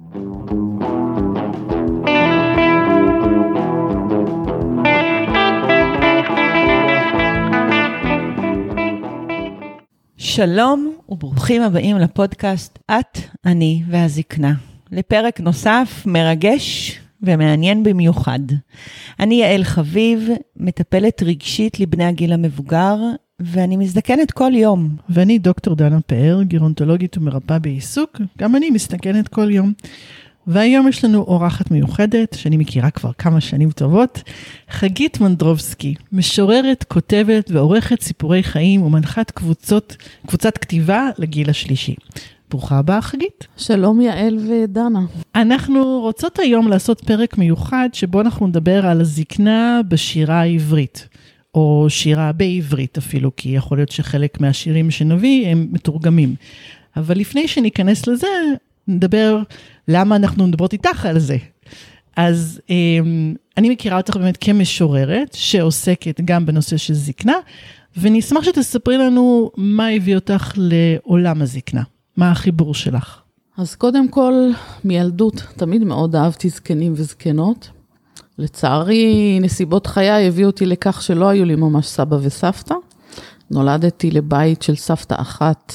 שלום וברוכים הבאים לפודקאסט את, אני והזקנה. לפרק נוסף מרגש ומעניין במיוחד. אני יעל חביב, מטפלת רגשית לבני הגיל המבוגר, ואני מזדקנת כל יום. ואני דוקטור דנה פאר, גרונטולוגית ומרפאה בעיסוק, גם אני מזדקנת כל יום. והיום יש לנו אורחת מיוחדת, שאני מכירה כבר כמה שנים טובות, חגית מנדרובסקי, משוררת, כותבת ועורכת סיפורי חיים ומנחת קבוצת כתיבה לגיל השלישי. ברוכה הבאה, חגית. שלום יעל ודנה. אנחנו רוצות היום לעשות פרק מיוחד, שבו אנחנו נדבר על הזקנה בשירה העברית, או שירה בעברית אפילו, כי יכול להיות שחלק מהשירים שנביא הם מתורגמים. אבל לפני שניכנס לזה, נדבר למה אנחנו מדברות איתך על זה. אז אני מכירה אותך באמת כמשוררת, שעוסקת גם בנושא של זקנה, ונשמח שתספרי לנו מה הביא אותך לעולם הזקנה. מה החיבור שלך? אז קודם כל, מילדות, תמיד מאוד אהבתי זקנים וזקנות. לצערי, נסיבות חיי הביאו אותי לכך שלא היו לי ממש סבא וסבתא. נולדתי לבית של סבתא אחת,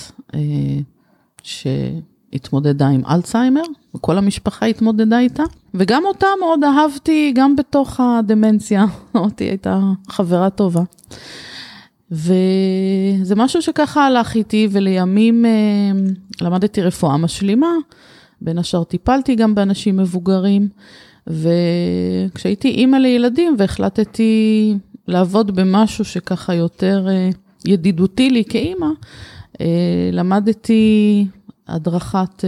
התמודדה עם אלצהיימר, וכל המשפחה התמודדה איתה, וגם אותה מאוד אהבתי, גם בתוך הדמנציה, אותי הייתה חברה טובה. וזה משהו שככה הלך איתי, ולימים למדתי רפואה משלימה, בין השאר טיפלתי גם באנשים מבוגרים, וכשהייתי אימא לילדים, והחלטתי לעבוד במשהו שככה יותר ידידותי לי כאימא, למדתי הדרכת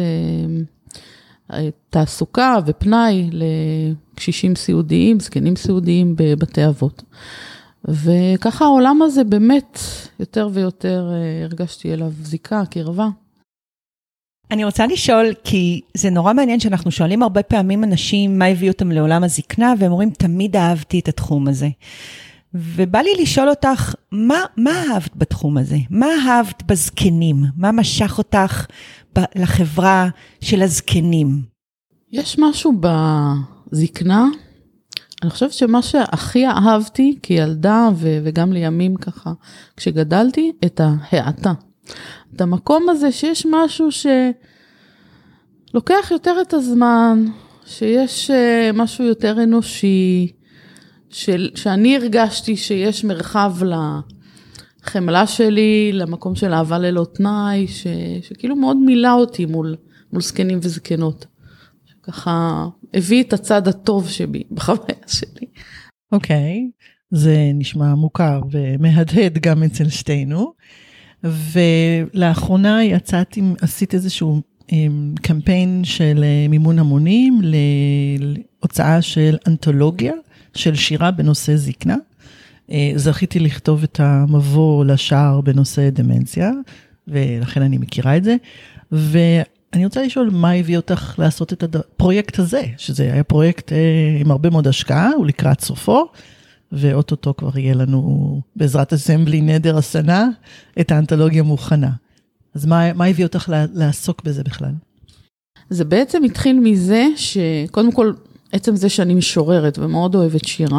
תעסוקה ופנאי לקשישים סיעודיים, זקנים סיעודיים בבתי אבות. וככה העולם הזה באמת יותר ויותר הרגשתי אליו זיקה, קרבה. אני רוצה לשאול, כי זה נורא מעניין שאנחנו שואלים הרבה פעמים אנשים מה הביא אותם לעולם הזקנה, והם אומרים תמיד אהבתי את התחום הזה. ובא לי לשאול אותך, מה אהבת בתחום הזה? מה אהבת בזקנים? מה משך אותך לחברה של הזקנים? יש משהו בזקנה, אני חושבת שמה שהכי אהבתי כילדה וגם לימים ככה, כשגדלתי, את ההעתה. את המקום הזה שיש משהו שלוקח יותר את הזמן, שיש משהו יותר אנושי, שאני הרגשתי שיש מרחב לחמלה שלי, למקום של אהבה ללא תנאי, שכאילו מאוד מילה אותי מול זקנים וזקנות. שככה הביא את הצד הטוב שבי בחוויה שלי. אוקיי, זה נשמע מוכר ומהדהד גם אצל שתינו. ולאחרונה עשית איזשהו קמפיין של מימון המונים להוצאה של אנתולוגיה, של שירה בנושא זקנה. זכיתי לכתוב את המבוא לשער בנושא דמנציה, ולכן אני מכירה את זה. ואני רוצה לשאול מה הביא אותך לעשות את הפרויקט הזה, שזה היה פרויקט עם הרבה מאוד השקעה, הוא לקראת סופו, ואוטוטו כבר יהיה לנו בעזרת השם בלי נדר השנה, את האנתולוגיה מוכנה. אז מה הביא אותך לעסוק בזה בכלל? זה בעצם התחיל מזה שקודם כל, עצם זה שאני משוררת ומאוד אוהבת שירה,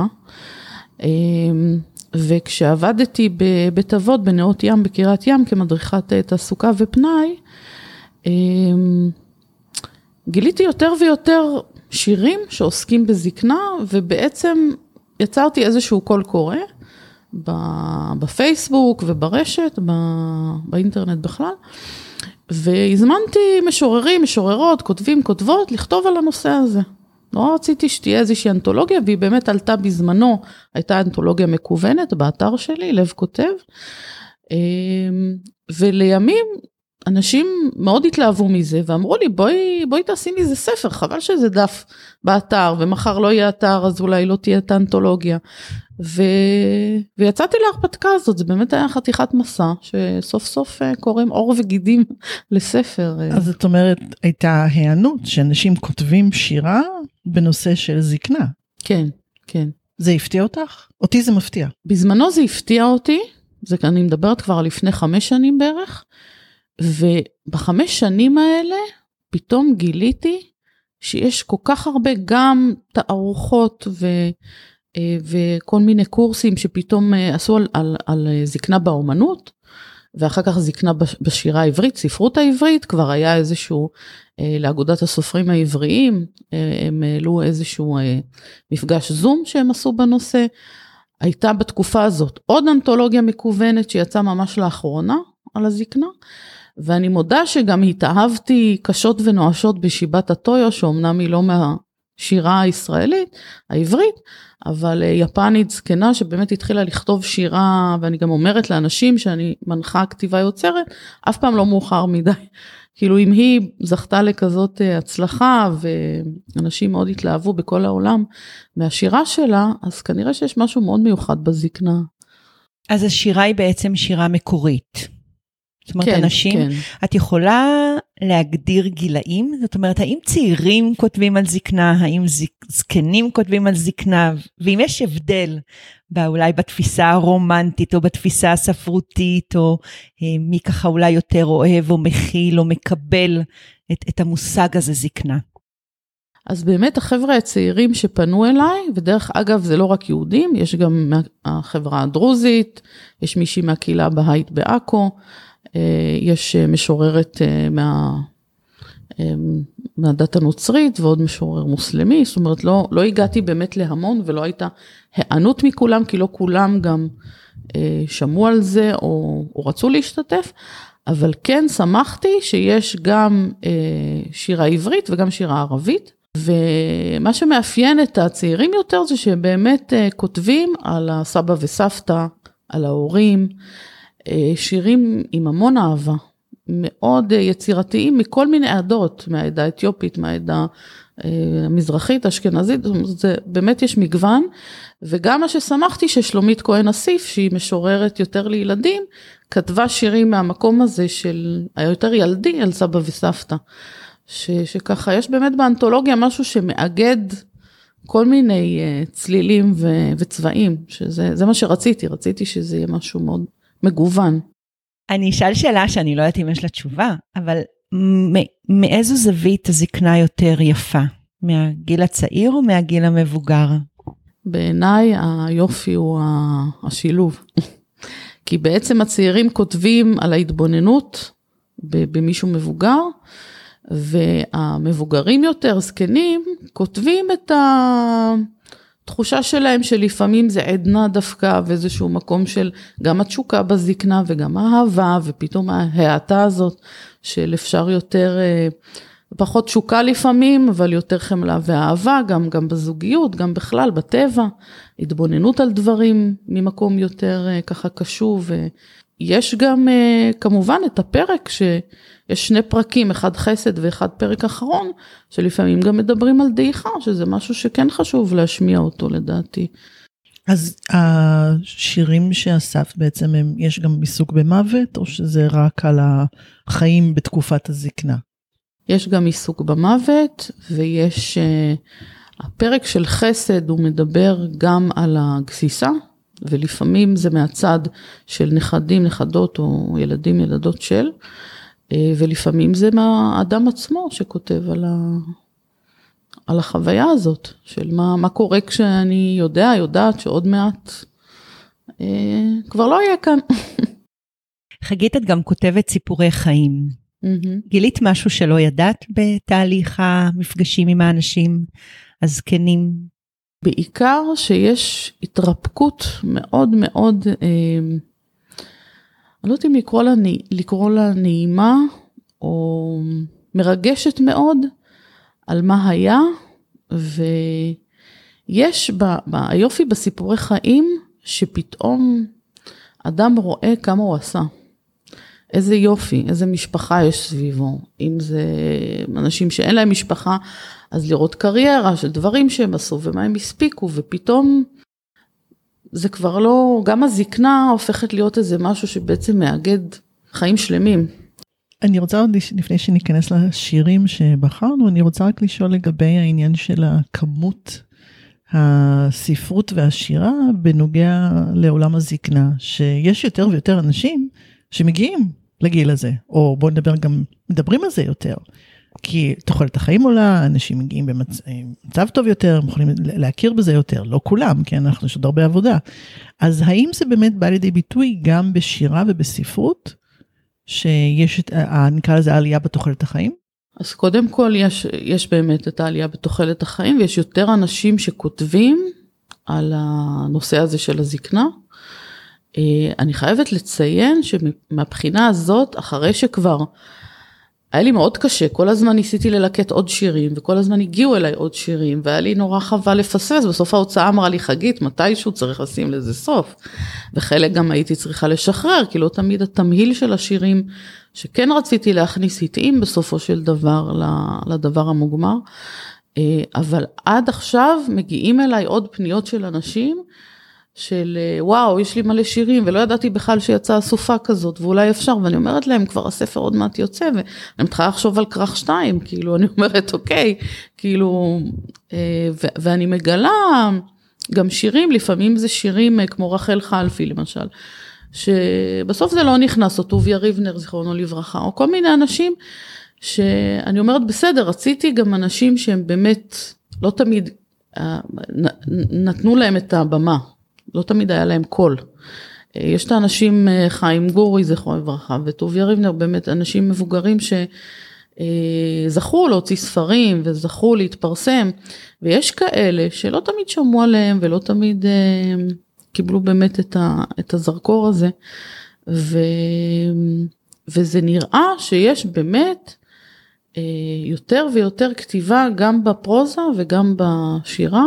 וכשעבדתי בבית אבות בנאות ים בקריית ים כמדריכת תעסוקה ופנאי, גיליתי יותר ויותר שירים שעוסקים בזקנה, ובעצם יצרתי איזשהו קול קורא בפייסבוק וברשת, באינטרנט בכלל, והזמנתי משוררים, משוררות, כותבים, כותבות, לכתוב על הנושא הזה. לא רציתי שתהיה איזושהי אנתולוגיה, והיא באמת עלתה בזמנו, הייתה אנתולוגיה מקוונת באתר שלי, לב כותב, ולימים אנשים מאוד התלהבו מזה, ואמרו לי, בואי תעשי מזה ספר, חבל שזה דף באתר, ומחר לא יהיה אתר, אז אולי לא תהיה את האנתולוגיה. ויצאתי להרפתקה הזאת, זה באמת היה חתיכת מסע, שסוף סוף קוראים אור וגידים לספר. אז זאת אומרת, הייתה הענות, שאנשים כותבים שירה בנושא של זקנה. כן, כן. זה הפתיע אותך? אותי זה מפתיע. בזמנו זה הפתיע אותי, אני מדברת כבר לפני 5 שנים בערך, וב5 שנים האלה, פתאום גיליתי שיש כל כך הרבה גם תערוכות וכל מיני קורסים שפתאום עשו על זקנה באומנות, ואחר כך זקנה בשירה העברית, ספרות העברית, כבר היה איזשהו, לאגודת הסופרים העבריים, הם העלו איזשהו מפגש זום שהם עשו בנושא, הייתה בתקופה הזאת עוד אנתולוגיה מקוונת שיצאה ממש לאחרונה על הזקנה, ואני מודה שגם התאהבתי קשות ונואשות בשיבת הטויו, שאומנם היא לא מהשירה הישראלית, העברית, אבל יפנית זקנה שבאמת התחילה לכתוב שירה, ואני גם אומרת לאנשים שאני מנחה כתיבה יוצרת, אף פעם לא מאוחר מדי. כאילו אם היא זכתה לכזאת הצלחה, ואנשים מאוד התלהבו בכל העולם מהשירה שלה, אז כנראה שיש משהו מאוד מיוחד בזקנה. אז השירה היא בעצם שירה מקורית. זאת אומרת, כן, אנשים, כן. את יכולה להגדיר גילאים? זאת אומרת, האם צעירים כותבים על זקנה, האם זקנים כותבים על זקנה, ואם יש הבדל, אולי בתפיסה הרומנטית, או בתפיסה הספרותית, או מי ככה אולי יותר אוהב, או מכיל, או מקבל את המושג הזה זקנה. אז באמת החבר'ה הצעירים שפנו אליי, ודרך אגב זה לא רק יהודים, יש גם מהחברה הדרוזית, יש מישהי מהקהילה הבאית בעכו, יש משוררת מהדת הנוצרית ועוד משורר מוסלמי, זאת אומרת לא הגעתי באמת להמון ולא הייתה הענות מכולם, כי לא כולם גם שמעו על זה או רצו להשתתף, אבל כן שמחתי שיש גם שירה עברית וגם שירה ערבית, ומה שמאפיין את הצעירים יותר זה שבאמת כותבים על הסבא וסבתא, על ההורים, שירים עם המון אהבה, מאוד יצירתיים מכל מיני עדות, מהעדה האתיופית, מהעדה המזרחית, אשכנזית, זה באמת יש מגוון, וגם מה ששמחתי ששלומית כהן אסיף, שהיא משוררת יותר לילדים, כתבה שירים מהמקום הזה של היותר ילדי על סבא וסבתא, שככה יש באמת באנתולוגיה משהו שמאגד כל מיני צלילים וצבעים, שזה מה רציתי שזה יהיה משהו מאוד מגוון. אני אשאל שאלה שאני לא יודעת אם יש לה תשובה, אבל מאיזו זווית הזקנה יותר יפה? מהגיל הצעיר או מהגיל המבוגר? בעיניי היופי הוא השילוב. כי בעצם הצעירים כותבים על ההתבוננות במישהו מבוגר, והמבוגרים יותר, זקנים, כותבים את התחושה שלהם שלפעמים זה עדנה דווקא, ואיזשהו מקום של גם התשוקה בזקנה וגם האהבה, ופתאום ההאטה הזאת של אפשר יותר, פחות תשוקה לפעמים, אבל יותר חמלה ואהבה, גם בזוגיות, גם בכלל, בטבע, התבוננות על דברים ממקום יותר ככה קשוב, יש גם כמובן את הפרק שיש שני פרקים, אחד חסד ואחד פרק אחרון, שלפעמים גם מדברים על דעיכה, שזה משהו שכן חשוב להשמיע אותו לדעתי. אז השירים שאספת בעצם יש גם עיסוק במוות, או שזה רק על החיים בתקופת הזקנה? יש גם עיסוק במוות, ויש הפרק של חסד, הוא מדבר גם על הגסיסה, ולפעמים זה מהצד של נכדים, נכדות, או ילדים, ילדות של, ולפעמים זה מהאדם עצמו שכותב על החוויה הזאת, של מה קורה כשאני יודעת שעוד מעט כבר לא יהיה כאן. חגית, את גם כותבת סיפורי חיים. גילית משהו שלא ידעת בתהליך המפגשים עם האנשים הזקנים? בעיקר שיש התרפקות מאוד מאוד, אני לא יודעת אם לקרוא לה נעימה, או מרגשת מאוד, על מה היה, ויש היופי בסיפורי חיים, שפתאום אדם רואה כמה הוא עשה. איזה יופי, איזה משפחה יש סביבו, אם זה אנשים שאין להם משפחה, אז לראות קריירה של דברים שהם עשו ומה הם הספיקו, ופתאום זה כבר לא, גם הזקנה הופכת להיות איזה משהו שבעצם מאגד חיים שלמים. אני רוצה עוד לפני שניכנס לשירים שבחרנו, אני רוצה רק לשאול לגבי העניין של הכמות הספרות והשירה בנוגע לעולם הזקנה, שיש יותר ויותר אנשים שמגיעים לגיל הזה, או בואו נדבר גם, מדברים על זה יותר, כי תוחלת החיים עולה, אנשים מגיעים במצב טוב יותר, הם יכולים להכיר בזה יותר, לא כולם, כי יש עוד הרבה עבודה. אז האם זה באמת בא לידי ביטוי גם בשירה ובספרות, שיש נקרא לזה העלייה בתוחלת החיים? אז קודם כל יש באמת את העלייה בתוחלת החיים, ויש יותר אנשים שכותבים על הנושא הזה של הזקנה. אני חייבת לציין שמבחינה הזאת, אחרי שכבר היה לי מאוד קשה, כל הזמן ניסיתי ללקט עוד שירים, וכל הזמן הגיעו אליי עוד שירים, והיה לי נורא חבל לפספס, בסוף ההוצאה אמרה לי, חגית, מתישהו צריך לשים לזה סוף, וחלק גם הייתי צריכה לשחרר, כי לא תמיד התמהיל של השירים, שכן רציתי להכניס התאים בסופו של דבר, לדבר המוגמר, אבל עד עכשיו מגיעים אליי עוד פניות של אנשים, של וואו, יש לי מלא שירים, ולא ידעתי בכלל שיצאה סופה כזאת, ואולי אפשר, ואני אומרת להם, כבר הספר עוד מעט יוצא, ואני מתחילה לחשוב על כרך 2, כאילו, אני אומרת, אוקיי, כאילו, ואני מגלה גם שירים, לפעמים זה שירים כמו רחל חלפי, למשל, שבסוף זה לא נכנס, או טוביה ריבנר, זיכרונו לברכה, או כל מיני אנשים, שאני אומרת, בסדר, רציתי גם אנשים שהם באמת, לא תמיד, נתנו להם את הבמה, לא תמיד היה להם קול. יש את האנשים, חיים גורי, זכרונו לברכה, וטוביה ריבנר, באמת אנשים מבוגרים שזכו להוציא ספרים, וזכו להתפרסם, ויש כאלה שלא תמיד שמעו עליהם, ולא תמיד קיבלו באמת את הזרקור הזה, וזה נראה שיש באמת יותר ויותר כתיבה, גם בפרוזה וגם בשירה,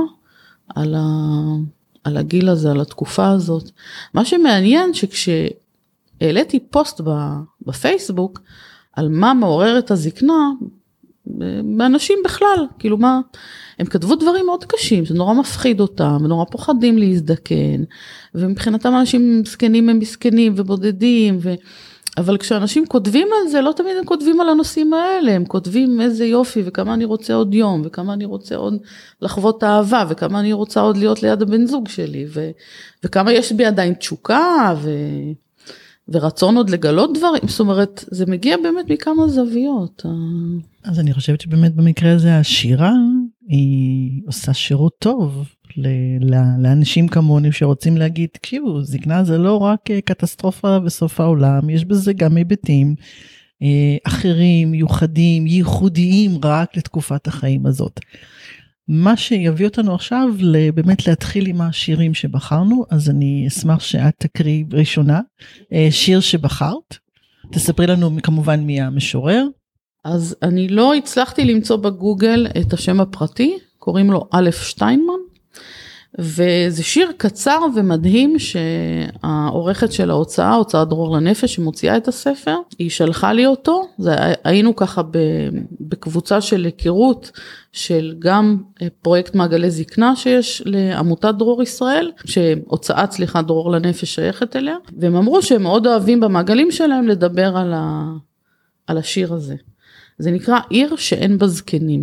על הגיל הזה, על התקופה הזאת. מה שמעניין שכשהעליתי פוסט בפייסבוק, על מה מעורר את הזקנה, באנשים בכלל, כאילו מה, הם כתבו דברים מאוד קשים, זה נורא מפחיד אותם, ונורא פוחדים להזדקן, ומבחינתם אנשים מסכנים הם מסכנים ובודדים, אבל כשאנשים כותבים על זה, לא תמיד הם כותבים על הנושאים האלה, הם כותבים איזה יופי, וכמה אני רוצה עוד יום, וכמה אני רוצה עוד לחוות אהבה, וכמה אני רוצה עוד להיות ליד הבן זוג שלי, וכמה יש בי עדיין תשוקה, ורצון עוד לגלות דברים, זאת אומרת, זה מגיע באמת מכמה זוויות. אז אני חושבת שבאמת במקרה הזה השירה, היא עושה שירות טוב לאנשים כמוני שרוצים להגיד, תקשיבו, זקנה זה לא רק קטסטרופה בסוף העולם, יש בזה גם היבטים אחרים, מיוחדים, ייחודיים רק לתקופת החיים הזאת. מה שיביא אותנו עכשיו באמת להתחיל עם השירים שבחרנו, אז אני אשמח שאת תקריא ראשונה, שיר שבחרת, תספרי לנו כמובן מי המשורר. אז אני לא הצלחתי למצוא בגוגל את השם הפרטי, קוראים לו א' שטיינמן, וזה שיר קצר ומדהים שהעורכת של ההוצאה, הוצאת דרור לנפש שמוציאה את הספר, היא שלחה לי אותו, היינו ככה בקבוצה של היכרות של גם פרויקט מעגלי זקנה שיש לעמותת דרור ישראל, שהוצאת דרור לנפש שייכת אליה, והם אמרו שהם מאוד אוהבים במעגלים שלהם לדבר על השיר הזה. זה נקרא עיר שאין בה זקנים.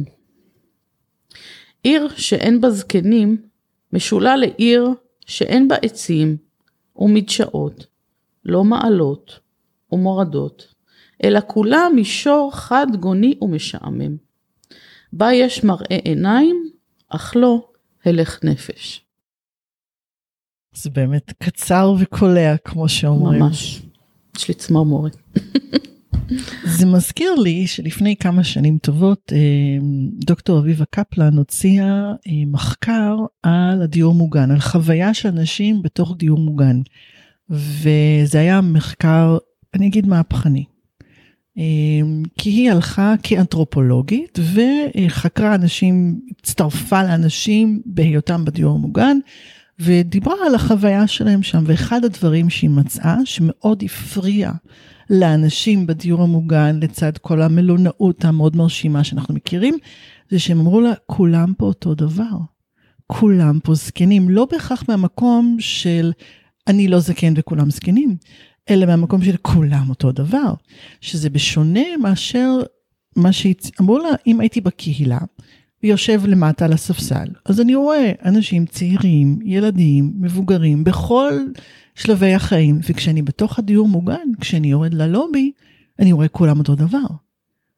עיר שאין בה זקנים, משולה לעיר שאין בה עצים ומדשאות, לא מעלות ומורדות, אלא כולה מישור חד גוני ומשעמם. בה יש מראה עיניים, אך לא הלך נפש. זה באמת קצר וקולע, כמו שאומרים. ממש, יש לי צמרמורת. זה מזכיר לי שלפני כמה שנים טובות, דוקטור אביבה קפלן הוציאה מחקר על הדיור מוגן, על חוויה של אנשים בתוך דיור מוגן. וזה היה מחקר, אני אגיד מהפכני. כי היא הלכה כאנתרופולוגית וחקרה אנשים, הצטרפה לאנשים בהיותם בדיור המוגן, ודיברה על החוויה שלהם שם, ואחד הדברים שהיא מצאה שמאוד הפריע לאנשים בדיור המוגן, לצד כל המלונאות המאוד מרשימה שאנחנו מכירים, זה שהם אמרו לה, כולם פה אותו דבר. כולם פה זקנים, לא בהכרח מהמקום של אני לא זקן וכולם זקנים, אלא מהמקום של כולם אותו דבר. שזה בשונה מאשר מה שאמרו לה, אם הייתי בקהילה, ויושב למטה על הספסל, אז אני רואה אנשים צעירים, ילדים, מבוגרים, בכל שלבי החיים, וכשאני בתוך הדיור מוגן, כשאני יורד ללובי, אני רואה כולם אותו דבר.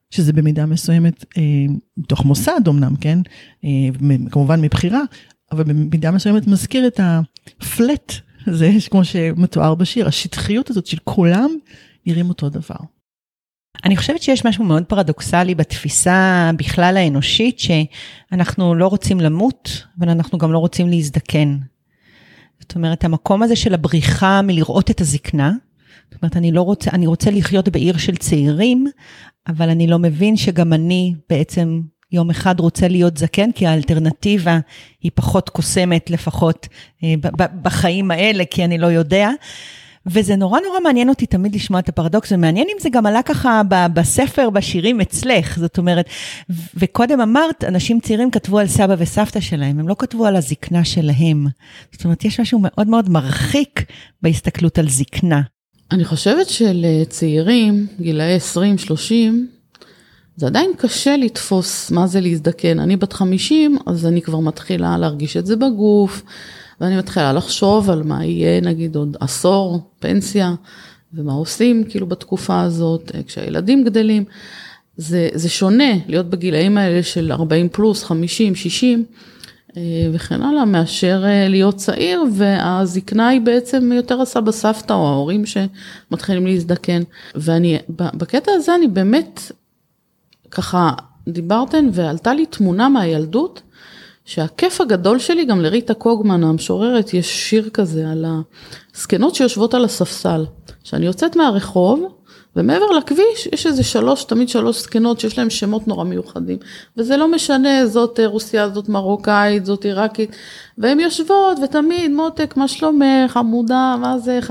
שזה במידה מסוימת, בתוך מוסד אומנם, כן? כמובן מבחירה, אבל במידה מסוימת מזכיר את הפלט, זה כמו שמתואר בשיר, השטחיות הזאת של כולם נראים אותו דבר. אני חושבת שיש משהו מאוד פרדוקסלי בתפיסה בכלל האנושית, שאנחנו לא רוצים למות, אבל אנחנו גם לא רוצים להזדקן. זאת אומרת, המקום הזה של הבריחה מלראות את הזקנה, זאת אומרת, אני רוצה לחיות בעיר של צעירים, אבל אני לא מבין שגם אני בעצם יום אחד רוצה להיות זקן, כי האלטרנטיבה היא פחות קוסמת לפחות בחיים האלה, כי אני לא יודע. וזה נורא נורא מעניין אותי תמיד לשמוע את הפרדוקס, ומעניין אם זה גם עלה ככה בספר, בשירים אצלך, זאת אומרת, וקודם אמרת, אנשים צעירים כתבו על סבא וסבתא שלהם, הם לא כתבו על הזקנה שלהם. זאת אומרת, יש משהו מאוד מאוד מרחיק בהסתכלות על זקנה. אני חושבת שלצעירים, גילאי 20-30, זה עדיין קשה לתפוס מה זה להזדקן. אני בת 50, אז אני כבר מתחילה להרגיש את זה בגוף, ואני מתחילה לחשוב על מה יהיה, נגיד, עוד עשור, פנסיה, ומה עושים, כאילו, בתקופה הזאת, כשהילדים גדלים. זה שונה להיות בגילאים האלה של 40 פלוס, 50, 60, וכן הלאה, מאשר להיות צעיר, והזקנה היא בעצם יותר הסבא סבתא, או ההורים שמתחילים להזדקן. ואני, בקטע הזה אני באמת, ככה דיברתן, ועלתה לי תמונה מהילדות, שהכיף הגדול שלי, גם לריטה קוגמן, המשוררת, יש שיר כזה על הסקנות שיושבות על הספסל, שאני יוצאת מהרחוב, ומעבר לכביש יש איזה תמיד שלוש סקנות שיש להם שמות נורא מיוחדים, וזה לא משנה, זאת רוסיה, זאת מרוקאית, זאת עיראקית, והן יושבות, ותמיד מותק, מה שלומך, עמודה, מה זה,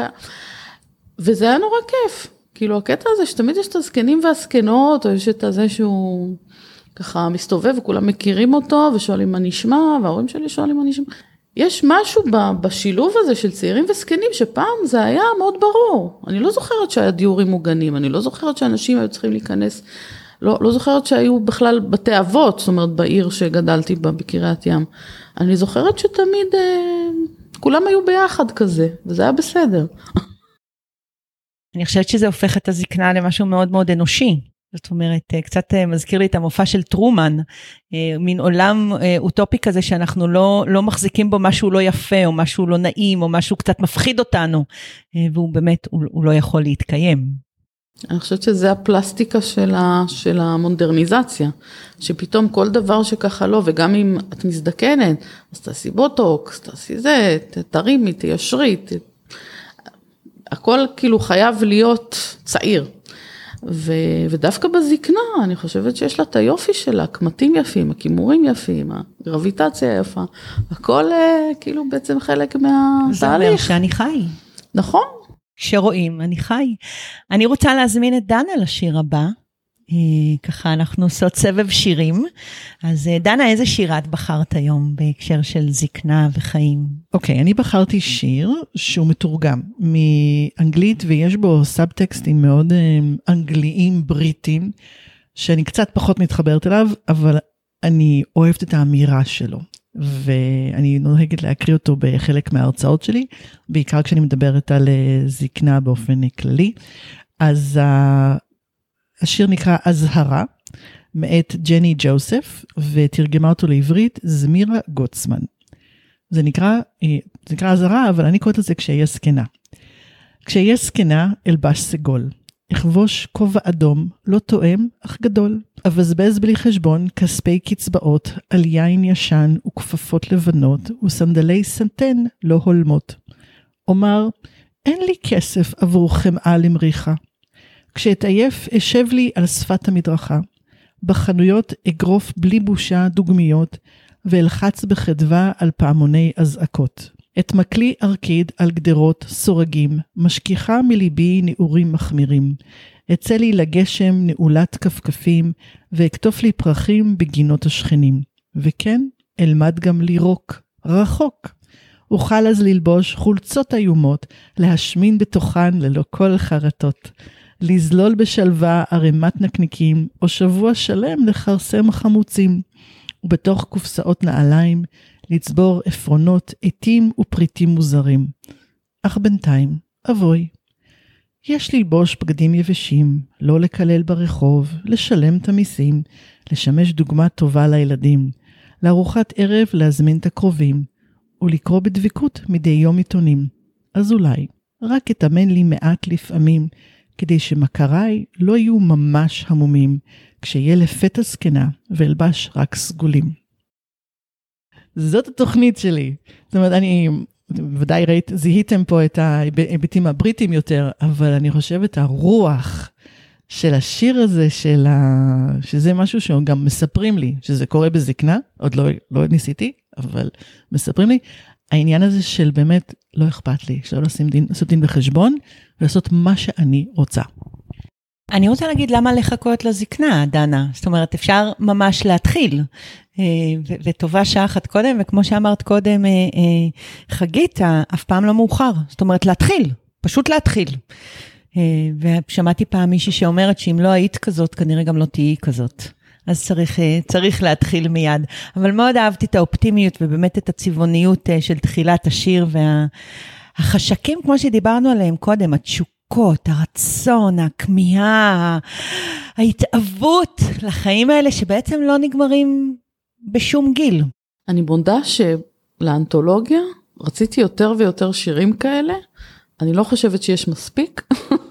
וזה היה נורא כיף, כאילו הקטע הזה, שתמיד יש את הסקנים והסקנות, או יש את הזה שהוא ככה מסתובב, וכולם מכירים אותו, ושואלים מה נשמע, וההורים שלי שואלים מה נשמע. יש משהו בשילוב הזה של צעירים וסקנים, שפעם זה היה מאוד ברור. אני לא זוכרת שהיה דיורים מוגנים, אני לא זוכרת שאנשים היו צריכים להיכנס, לא זוכרת שהיו בכלל בתי אבות, זאת אומרת בעיר שגדלתי בה בקריית ים. אני זוכרת שתמיד כולם היו ביחד כזה, וזה היה בסדר. אני חושבת שזה הופך את הזקנה למשהו מאוד מאוד אנושי. זאת אומרת, קצת מזכיר לי את המופע של טרומן, מין עולם אוטופי כזה שאנחנו לא מחזיקים בו משהו לא יפה, או משהו לא נעים, או משהו קצת מפחיד אותנו, והוא באמת, הוא לא יכול להתקיים. אני חושבת שזה הפלסטיקה של המודרניזציה, שפתאום כל דבר שככה לא, וגם אם את מזדקנת, אז תעשי בוטוקס, תעשי זה, תרימי, תיישרי, הכל כאילו חייב להיות צעיר. ודווקא בזקנה, אני חושבת שיש לה את היופי שלה, קמטים יפים, הכימורים יפים, הגרביטציה יפה, הכל כאילו בעצם חלק מהתהליך. זה אומר שאני חי. נכון. כשרואים, אני חי. אני רוצה להזמין את דנה לשיר הבא, ככה אנחנו עושות סבב שירים, אז דנה, איזה שירה את בחרת היום בהקשר של זקנה וחיים? אוקיי, אני בחרתי שיר שהוא מתורגם מאנגלית, ויש בו סאבטקסטים מאוד אנגליים, בריטים, שאני קצת פחות מתחברת אליו, אבל אני אוהבת את האמירה שלו, ואני נוהגת להקריא אותו בחלק מההרצאות שלי, בעיקר כשאני מדברת על זקנה באופן כללי. אז השיר נקרא אזהרה, מאת ג'ני ג'וסף, ותרגמה אותו לעברית זמירה גוטסמן. זה נקרא אזהרה, אבל אני קוראת לזה כשאהיה זקנה. כשאהיה זקנה, אלבש סגול. אחבוש כובע אדום, לא תואם, אך גדול. אבזבז בלי חשבון כספי קצבאות, על יין ישן וכפפות לבנות, וסנדלי סנטן לא הולמות. אומר, אין לי כסף עבור חמאה למריחה. כשאתעייף אשב לי על שפת המדרכה, בחנויות אגרוף בלי בושה דוגמיות, ואלחץ בחדווה על פעמוני אזעקות. את מקלי ארקיד על גדרות סורגים, משכיחה מליבי נעורים מחמירים. אצא לי לגשם נעולת כפכפים, ואכתוף לי פרחים בגינות השכנים. וכן, אלמד גם לירוק, רחוק. אוכל אז ללבוש חולצות איומות, להשמין בתוכן ללא כל חרטות. לזלול בשלווה ערימת נקניקים, או שבוע שלם לחרסם חמוצים, ובתוך קופסאות נעליים, לצבור עפרונות, עתים ופריטים מוזרים. אך בינתיים, אבוי. יש ללבוש בגדים יבשים, לא לקלל ברחוב, לשלם את המיסים, לשמש דוגמה טובה לילדים, לארוחת ערב להזמין את הקרובים, ולקרוא בדביקות מדי יום עיתונים. אז אולי, רק אתאמן לי מעט לפעמים, כדי שמכריי לא יהיו ממש המומים, כשיהיה לפתע זקנה ואלבש רק סגולים. זאת התוכנית שלי. זאת אומרת, אני ודאי זיהיתם פה את ההיבטים הבריטים יותר, אבל אני חושבת הרוח של השיר הזה, שזה משהו שגם מספרים לי, שזה קורה בזקנה, עוד לא ניסיתי, אבל מספרים לי, העניין הזה של באמת לא אכפת לי, שלא לעשות דין בחשבון, ולעשות מה שאני רוצה. אני רוצה להגיד למה לחכות לזקנה, דנה. זאת אומרת, אפשר ממש להתחיל. וטובה שעה אחת קודם, וכמו שאמרת קודם, חגית, אף פעם לא מאוחר. זאת אומרת, להתחיל, פשוט להתחיל. ושמעתי פעם מישהי שאומרת שאם לא היית כזאת, כנראה גם לא תהיי כזאת. אז צריך להתחיל מיד. אבל מאוד אהבתי את האופטימיות, ובאמת את הצבעוניות של תחילת השיר, והחשקים, כמו שדיברנו עליהם קודם, התשוקות, הרצון, הכמיהה, ההתאהבות לחיים האלה, שבעצם לא נגמרים בשום גיל. אני מודה שלאנתולוגיה רציתי יותר ויותר שירים כאלה, אני לא חושבת שיש מספיק.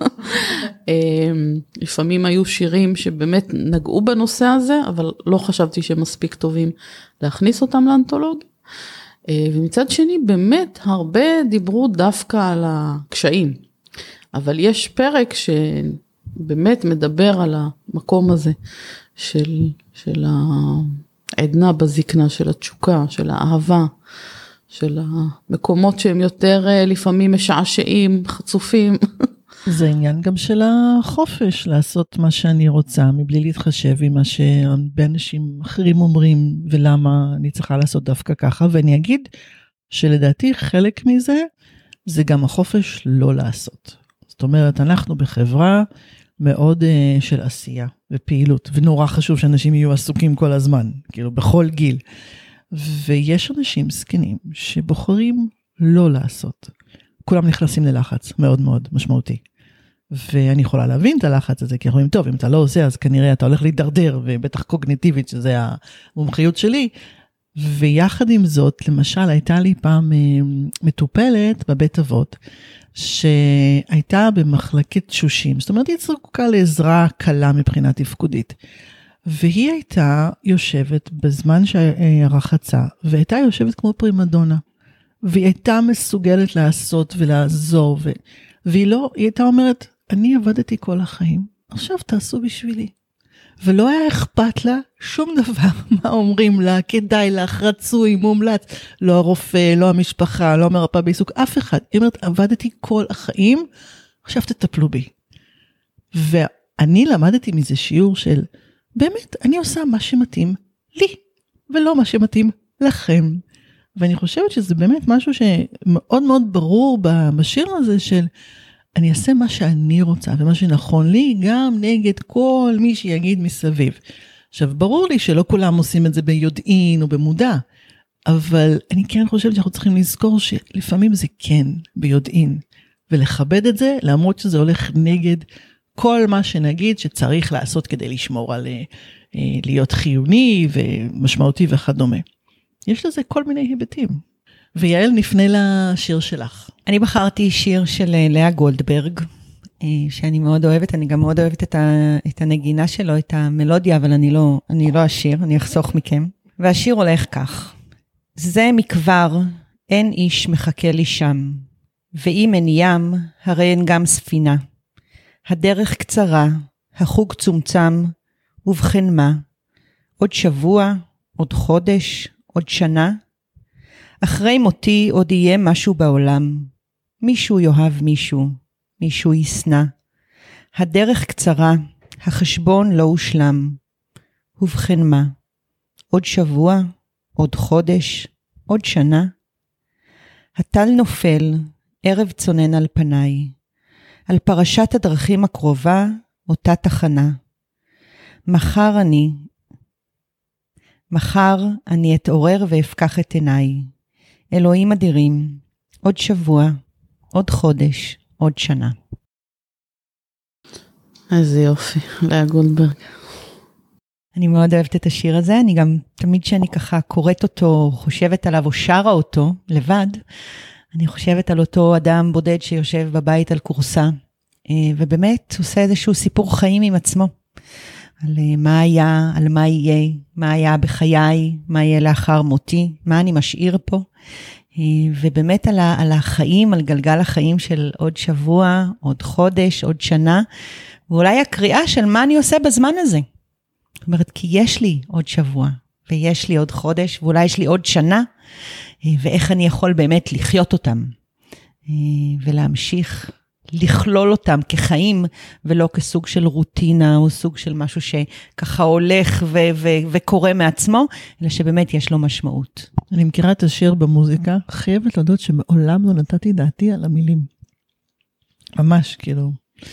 לפעמים היו שירים שבאמת נגעו בנושא הזה, אבל לא חשבתי שהם מספיק טובים להכניס אותם לאנתולוגיה. ומצד שני, באמת הרבה דיברו דווקא על הקשיים. אבל יש פרק שבאמת מדבר על המקום הזה של העדנה בזקנה, של התשוקה, של האהבה, של המקומות שהם יותר לפעמים משעשעים, חצופים. זה עניין גם של החופש, לעשות מה שאני רוצה, מבלי להתחשב עם מה שהרבה אנשים אחרים אומרים, ולמה אני צריכה לעשות דווקא ככה, ואני אגיד שלדעתי חלק מזה, זה גם החופש לא לעשות. זאת אומרת, אנחנו בחברה מאוד של עשייה ופעילות, ונורא חשוב שאנשים יהיו עסוקים כל הזמן, כאילו בכל גיל. ויש אנשים זקנים שבוחרים לא לעשות. כולם נכנסים ללחץ מאוד מאוד משמעותי. ואני יכולה להבין את הלחץ הזה, כי אנחנו אומרים, טוב, אם אתה לא עושה, אז כנראה אתה הולך להידרדר, ובטח קוגניטיבית, שזה המומחיות שלי. ויחד עם זאת, למשל, הייתה לי פעם מטופלת בבית אבות, שהייתה במחלקת תשושים. זאת אומרת, היא זקוקה לעזרה קלה מבחינה תפקודית. והיא הייתה יושבת בזמן שהרחצה, והייתה יושבת כמו פרימדונה. והיא הייתה מסוגלת לעשות ולעזור, והיא הייתה אומרת, אני עבדתי כל החיים, עכשיו תעשו בשבילי. ולא היה אכפת לה שום דבר, מה אומרים לה, כדאי לך, רצוי, מומלץ, לא הרופא, לא המשפחה, לא המרפאה בעיסוק, אף אחד. היא אומרת, עבדתי כל החיים, עכשיו תטפלו בי. ואני למדתי מזה שיעור של, באמת, אני עושה מה שמתאים לי, ולא מה שמתאים לכם. ואני חושבת שזה באמת משהו שמאוד מאוד ברור בשיר הזה של, אני אעשה מה שאני רוצה, ומה שנכון לי, גם נגד כל מי שיגיד מסביב. עכשיו, ברור לי שלא כולם עושים את זה ביודעין או במודע, אבל אני כן חושבת שאנחנו צריכים לזכור שלפעמים זה כן ביודעין, ולכבד את זה, למרות שזה הולך נגד כל מה שנגיד שצריך לעשות כדי לשמור על להיות חיוני ומשמעותי וכדומה. יש לזה כל מיני היבטים. ויעל, נפנה לשיר שלך. אני בחרתי שיר של לאה גולדברג, שאני מאוד אוהבת, אני גם מאוד אוהבת את הנגינה שלו, את המלודיה, אבל אני לא אשיר, אני אחסוך מכם. והשיר הולך כך: זה מכבר, אין איש מחכה לי שם, ואם אין ים, הרי אין גם ספינה. הדרך קצרה, החוג צומצם, ובכן מה? עוד שבוע, עוד חודש, עוד שנה? אחרי מותי עוד יהיה משהו בעולם. מישהו יאהב מישהו, מישהו ישנא. הדרך קצרה, החשבון לא הושלם. ובכן מה? עוד שבוע, עוד חודש, עוד שנה? הטל נופל, ערב צונן על פניי. על פרשת הדרכים הקרובה, אותה תחנה. מחר אני אתעורר ואפקח את עיניי. אלוהים אדירים, עוד שבוע, עוד חודש, עוד שנה. איזה יופי, לאה גולדברג. אני מאוד אוהבת את השיר הזה, אני גם תמיד שאני ככה קוראת אותו, חושבת עליו או שרה אותו לבד, אני חושבת על אותו אדם בודד שיושב בבית על קורסה, ובאמת עושה איזשהו סיפור חיים עם עצמו, על מה היה, על מה יהיה, מה היה בחיי, מה יהיה לאחר מותי, מה אני משאיר פה, ובאמת על החיים, על גלגל החיים של עוד שבוע, עוד חודש, עוד שנה, ואולי הקריאה של מה אני עושה בזמן הזה. זאת אומרת, כי יש לי עוד שבוע, ויש לי עוד חודש, ואולי יש לי עוד שנה, ואיך אני יכול באמת לחיות אותם, ולהמשיך לכלול אותם כחיים, ולא כסוג של רוטינה, או סוג של משהו שככה הולך וקורה מעצמו, אלא שבאמת יש לו משמעות. אני מכירה את השיר במוזיקה, חייבת להודות שמעולם לא נתתי דעתי על המילים. ממש, כאילו.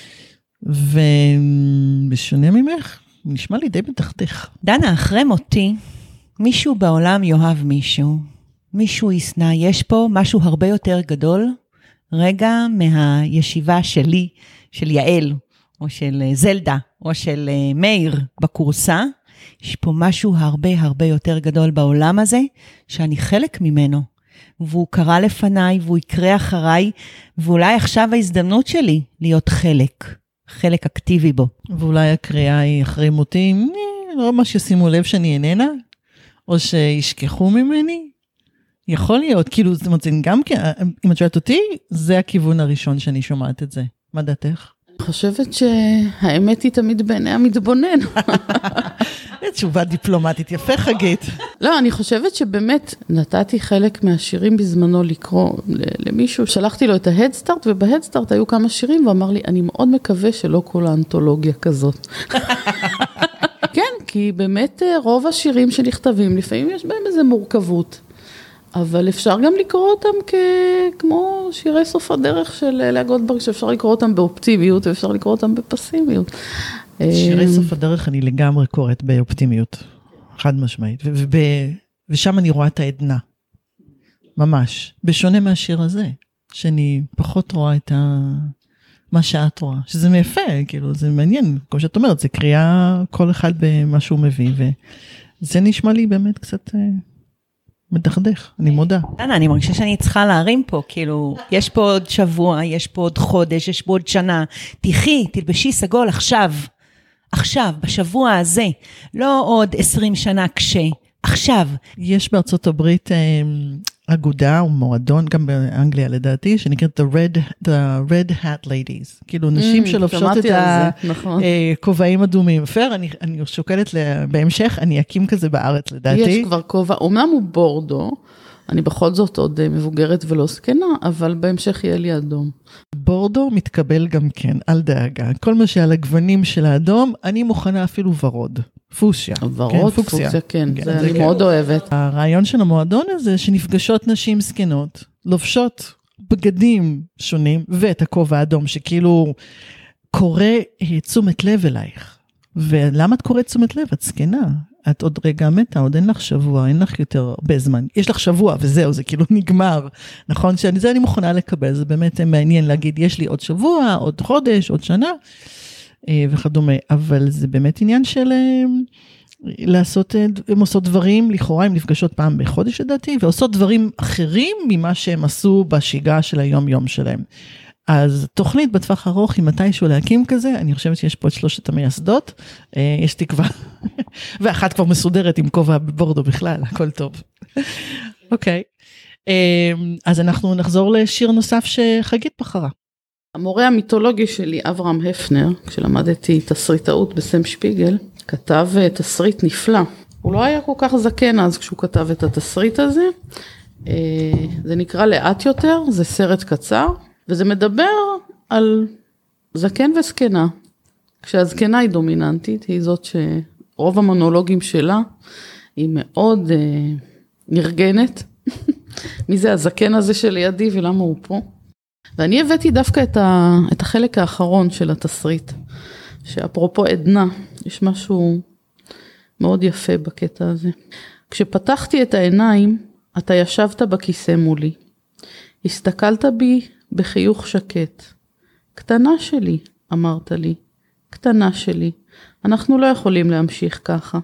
ובשונה ממך, נשמע לי די בתחתך. דנה, אחרי מותי, מישהו בעולם יאהב מישהו, מישהו ישנא, יש פה משהו הרבה יותר גדול, רגע מהישיבה שלי, של יעל, או של זלדה, או של מאיר בקורסה, יש פה משהו הרבה הרבה יותר גדול בעולם הזה, שאני חלק ממנו, והוא קרה לפניי, והוא יקרה אחריי, ואולי עכשיו ההזדמנות שלי להיות חלק אקטיבי בו. ואולי הקריאה היא אחרי מותי, לא מה שישימו לב שאני איננה, או שישכחו ממני, יכול להיות, כאילו, זאת אומרת, גם אם את שואלת אותי, זה הכיוון הראשון שאני שומעת את זה. מה דעתך? אני חושבת שהאמת היא תמיד בעיני המתבונן. תשובה דיפלומטית, יפה חגית. לא, אני חושבת שבאמת נתתי חלק מהשירים בזמנו לקרוא למישהו, שלחתי לו את ההדסטארט, ובהדסטארט היו כמה שירים, ואמר לי, אני מאוד מקווה שלא כל האנתולוגיה כזאת. כן, כי באמת רוב השירים שנכתבים, לפעמים יש בהם איזו מורכבות. אבל אפשר גם לקרוא אותם כמו שירי סוף הדרך של לאה גולדברג, שאפשר לקרוא אותם באופטימיות, ואפשר לקרוא אותם בפסימיות. שירי סוף הדרך אני לגמרי קוראת באופטימיות, חד משמעית, ושם אני רואה את העדנה, ממש, בשונה מהשיר הזה, שאני פחות רואה את מה שאת רואה, שזה מיפה, כאילו, זה מעניין, כמו שאת אומרת, זה קריאה כל אחד במה שהוא מביא, וזה נשמע לי באמת קצת מדכדך, אני מודה. דנה, אני מרגישה שאני צריכה להרים פה, כאילו, יש פה עוד שבוע, יש פה עוד חודש, יש פה עוד שנה, תלבשי סגול עכשיו, בשבוע הזה, לא עוד 20 שנה עכשיו. יש בארצות הברית אגודה או מועדון, גם באנגליה לדעתי, שנקראת The Red Hat Ladies. כאילו נשים שלובשות את הכובעים אדומים. פייר, אני שוקלת בהמשך, אני אקים כזה בארץ לדעתי. יש כבר כובע, אומנם הוא בורדו, אני בכל זאת עוד מבוגרת ולא זקנה, אבל בהמשך יהיה לי אדום. בורדו מתקבל גם כן, אל דאגה. כל מה שעל הגוונים של האדום, אני מוכנה אפילו ורוד. פוסיה. ורוד, פוסיה, כן. זה אני מאוד אוהבת. הרעיון של המועדון הזה, שנפגשות נשים זקנות, לובשות בגדים שונים, ואת הכובע האדום, שכאילו קורא תשומת לב אלייך. ולמה את קוראת תשומת לב? את זקנה. את עוד רגע מתה, עוד אין לך שבוע, אין לך יותר הרבה זמן. יש לך שבוע וזהו, זה כאילו נגמר. נכון? זה אני מוכנה לקבל, זה באמת מעניין להגיד, יש לי עוד שבוע, עוד חודש, עוד שנה, וכדומה. אבל זה באמת עניין של לעשות, הם עושות דברים, לכאורה הם נפגשות פעם בחודש לדעתי, ועושות דברים אחרים ממה שהם עשו בשגרה של היום-יום שלהם. אז תוכנית בטווח ארוך, אם מתישהו להקים כזה, אני חושבת שיש פה את 3 המייסדות, יש תקווה, ואחת כבר מסודרת עם כובע בבורדו בכלל, הכל טוב. אוקיי, אז אנחנו נחזור לשיר נוסף שחגית בחרה. המורה המיתולוגי שלי, אברהם הפנר, כשלמדתי תסריטאות בסם שפיגל, כתב תסריט נפלא. הוא לא היה כל כך זקן אז כשהוא כתב את התסריט הזה, זה נקרא לאט יותר, זה סרט קצר, וזה מדבר על זקן וזקנה. כשהזקנה היא דומיננטית, היא זאת שרוב המונולוגים שלה היא מאוד נרגנת. מי זה הזקן הזה שלידי ולמה הוא פה? ואני הבאתי דווקא את החלק האחרון של התסריט, שאפרופו עדנה, יש משהו מאוד יפה בקטע הזה. כשפתחתי את העיניים, אתה ישבת בכיסא מולי. הסתכלת בי בחיוך שקט. קטנה שלי, אמרת לי, קטנה שלי, אנחנו לא יכולים להמשיך ככה.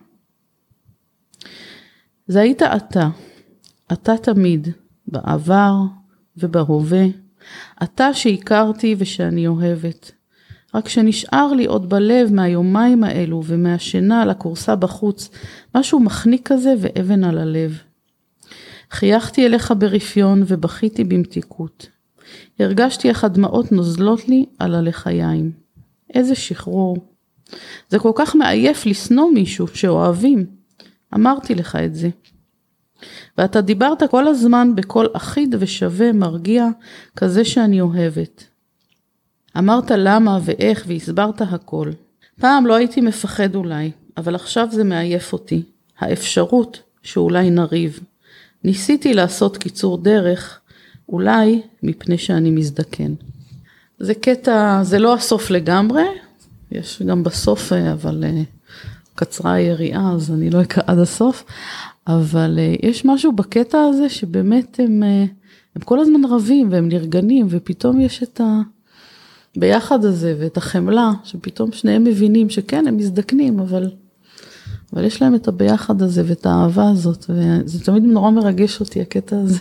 זה היית אתה תמיד, בעבר ובהווה, אתה שהכרתי ושאני אוהבת. רק שנשאר לי עוד בלב מהיומיים האלו ומהשינה על הקורסה בחוץ, משהו מחניק כזה ואבן על הלב. חייכתי אליך ברפיון ובכיתי במתיקות. הרגשתי איך הדמעות נוזלות לי על הלחיים. איזה שחרור. זה כל כך מעייף לשנוא מישהו שאוהבים. אמרתי לך את זה. ואתה דיברת כל הזמן בקול אחיד ושווה מרגיע כזה שאני אוהבת. אמרת למה ואיך והסברת הכל. פעם לא הייתי מפחד אולי, אבל עכשיו זה מעייף אותי. האפשרות שאולי נריב. ניסיתי לעשות קיצור דרך, אולי מפני שאני מזדקן. זה קטע, זה לא הסוף לגמרי, יש גם בסוף, אבל קצרה היריעה, אז אני לא אקרא עד הסוף, אבל יש משהו בקטע הזה שבאמת הם כל הזמן רבים והם נרגנים, ופתאום יש את ביחד הזה ואת החמלה, שפתאום שניהם מבינים שכן, הם מזדקנים, אבל יש להם את הביחד הזה ואת האהבה הזאת, וזה תמיד נורא מרגש אותי, הקטע הזה.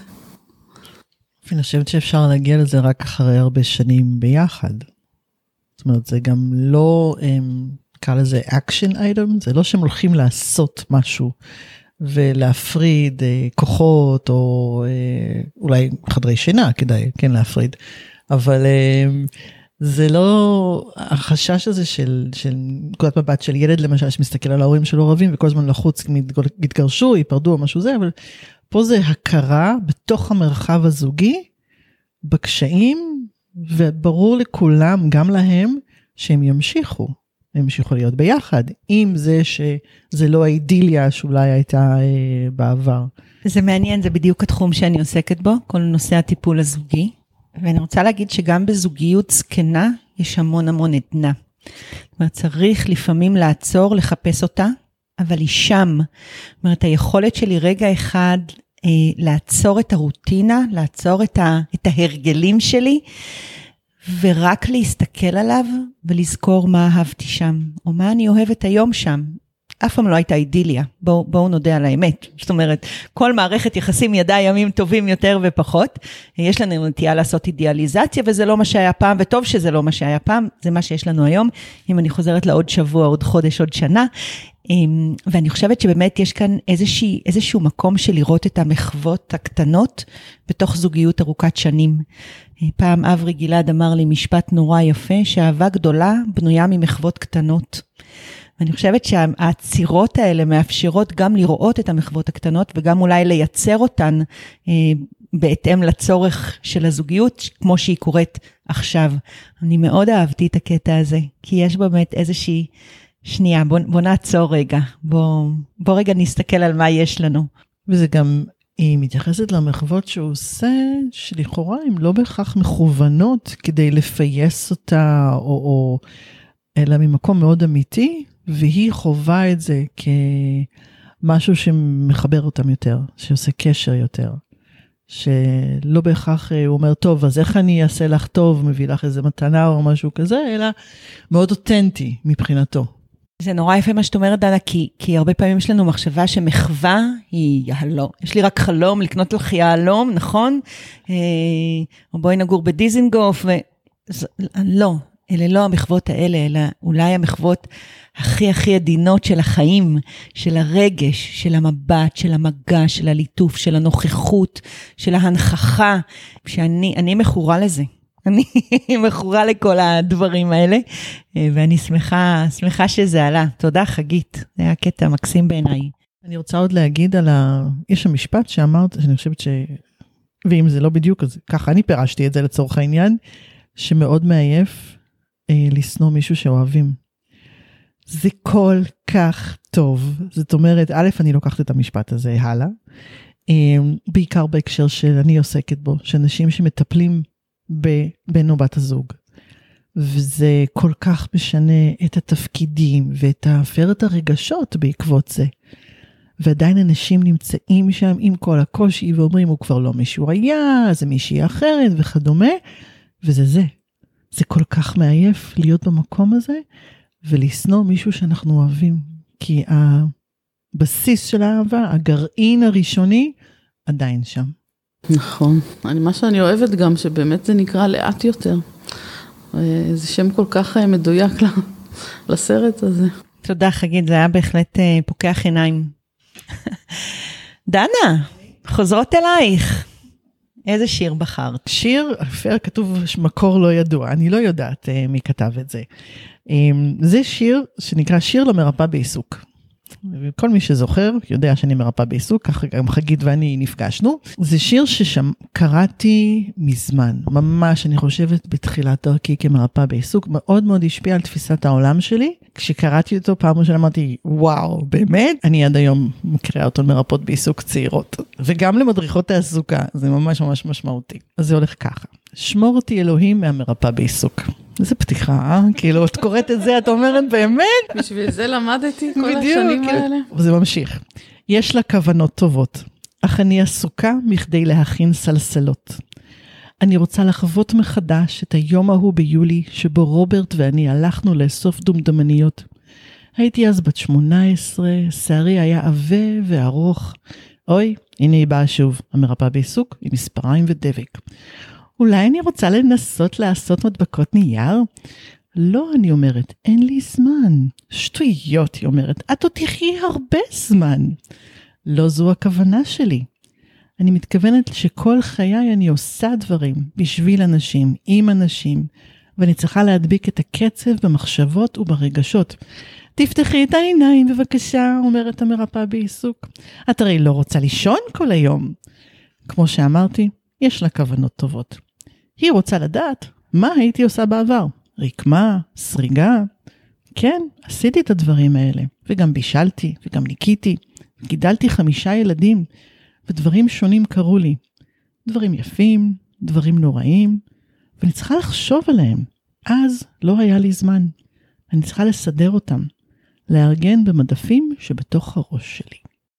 אני חושבת שאפשר להגיע לזה רק אחרי הרבה שנים ביחד. זאת אומרת, זה גם לא, קרא לזה action item, זה לא שהם הולכים לעשות משהו, ולהפריד כוחות, או אולי חדרי שינה כדאי, כן להפריד, אבל זה לא, החשש הזה של נקודת מבט של ילד למשל, שמסתכל על ההורים שלו רבים, וכל הזמן לחוץ, יתגרשו, ייפרדו או משהו זה, אבל פה זה הכרה בתוך המרחב הזוגי, בקשיים, וברור לכולם, גם להם, שהם ימשיכו. הם ימשיכו להיות ביחד, עם זה שזה לא האידיליה שאולי הייתה בעבר. זה מעניין, זה בדיוק התחום שאני עוסקת בו, כל נושא הטיפול הזוגי. ואני רוצה להגיד שגם בזוגיות זקנה, יש המון עדנה. זאת אומרת, צריך לפעמים לעצור, לחפש אותה, אבל היא שם. זאת אומרת, היכולת שלי רגע אחד, לעצור את הרוטינה, לעצור את ההרגלים שלי, ורק להסתכל עליו, ולזכור מה אהבתי שם, או מה אני אוהבת היום שם. אף פעם לא הייתה אידיליה, בואו נודה על האמת. זאת אומרת, כל מערכת יחסים ידעה ימים טובים יותר ופחות, יש לנו נטייה לעשות אידיאליזציה, וזה לא מה שהיה פעם, וטוב שזה לא מה שהיה פעם, זה מה שיש לנו היום, אם אני חוזרת לעוד שבוע, עוד חודש, עוד שנה, ואני חושבת שבאמת יש כאן איזשהו מקום של לראות את המחוות הקטנות, בתוך זוגיות ארוכת שנים. פעם אברי גלעד אמר לי משפט נורא יפה, שאהבה גדולה בנויה ממחוות קטנות. ואני חושבת שהעצירות האלה מאפשרות גם לראות את המחוות הקטנות, וגם אולי לייצר אותן בהתאם לצורך של הזוגיות, כמו שהיא קורית עכשיו. אני מאוד אהבתי את הקטע הזה, כי יש באמת איזושהי, שנייה, בוא נעצור רגע, בוא רגע נסתכל על מה יש לנו. וזה גם, היא מתייחסת למחוות שהוא עושה, שלכאורה הן לא בהכרח מכוונות, כדי לפייס אותה, או אלא ממקום מאוד אמיתי, והיא חובה את זה כמשהו שמחבר אותם יותר, שעושה קשר יותר, שלא בהכרח הוא אומר, טוב, אז איך אני אעשה לך טוב, מביא לך איזה מתנה או משהו כזה, אלא מאוד אותנטי מבחינתו. זה נורא יפה מה שאת אומרת, דנה, כי הרבה פעמים יש לנו מחשבה שמחווה היא יהלום. יש לי רק חלום לקנות לך יהלום, נכון? או בואי נגור בדיזינגוף, לא. אלה לא המחוות האלה, אלא אולי המחוות הכי עדינות של החיים, של הרגש, של המבט, של המגע, של הליטוף, של הנוכחות, של ההנכחה, שאני מכורה לזה. אני מכורה לכל הדברים האלה, ואני שמחה שזה עלה. תודה חגית, זה היה קטע מקסים בעיניי. אני רוצה עוד להגיד יש המשפט שאמרת, שאני חושבת ואם זה לא בדיוק, אז ככה אני פירשתי את זה לצורך העניין, שמאוד מעייף, לשנוא מישהו שאוהבים. זה כל כך טוב. זאת אומרת, א', אני לוקחת את המשפט הזה הלאה, בעיקר בהקשר שאני עוסקת בו, שאנשים שמטפלים בבן או בת הזוג, וזה כל כך משנה את התפקידים, ואת הפרת הרגשות בעקבות זה. ועדיין אנשים נמצאים שם עם כל הקושי, ואומרים, הוא כבר לא מישהו היה, זה מישהי אחרת וכדומה, וזה זה. זה כל כך מעייף להיות במקום הזה, ולשנוא מישהו שאנחנו אוהבים. כי הבסיס של האהבה, הגרעין הראשוני, עדיין שם. נכון. מה שאני אוהבת גם, שבאמת זה נקרא לאט יותר. זה שם כל כך מדויק לסרט הזה. תודה חגית, זה היה בהחלט פוקח עיניים. דנה, חוזרות אלייך. איזה שיר בחרת? שיר, כתוב מקור לא ידוע, אני לא יודעת מי כתב את זה. זה שיר שנקרא שיר למרפא בעיסוק. כל מי שזוכר יודע שאני מרפא בעיסוק, ככה גם חגית ואני נפגשנו. זה שיר שקראתי מזמן, ממש אני חושבת בתחילת דרכי כמרפא בעיסוק, מאוד מאוד השפיע על תפיסת העולם שלי. כשקראתי אותו פעם ראשונה אמרתי, וואו, באמת? אני עד היום מקריאה אותו למרפאות בעיסוק צעירות, וגם למדריכות תעסוקה, זה ממש ממש משמעותי. אז זה הולך ככה, שמור אותי אלוהים מהמרפא בעיסוק. איזה פתיחה, כאילו, את קוראת את זה, את אומרת באמת? בשביל זה למדתי כל השנים האלה. וזה ממשיך. יש לה כוונות טובות, אך אני עסוקה מכדי להכין סלסלות. אני רוצה לחוות מחדש את היום ההוא ביולי, שבו רוברט ואני הלכנו לאסוף דומדמניות. הייתי אז בת 18, שערי היה עבה וארוך. אוי, הנה היא באה שוב, המרפאה בעיסוק עם מספריים ודבק. אולי אני רוצה לנסות לעשות מדבקות נייר? לא, אני אומרת, אין לי זמן. שטויות, היא אומרת, את עוד תחי הרבה זמן. לא זו הכוונה שלי. אני מתכוונת שכל חיי אני עושה דברים בשביל אנשים, עם אנשים, ואני צריכה להדביק את הקצב במחשבות וברגשות. תפתחי את העיניים בבקשה, אומרת המרפאה בעיסוק. את הרי לא רוצה לישון כל היום. כמו שאמרתי, יש לה כוונות טובות. היא רוצה לדעת מה הייתי עושה בעבר. רקמה, סריגה. כן, עשיתי את הדברים האלה. וגם בישלתי, וגם ניקיתי. גידלתי 5 ילדים, ודברים שונים קרו לי. דברים יפים, דברים נוראים, ואני צריכה לחשוב עליהם. אז לא היה לי זמן. אני צריכה לסדר אותם. לארגן במדפים שבתוך הראש שלי.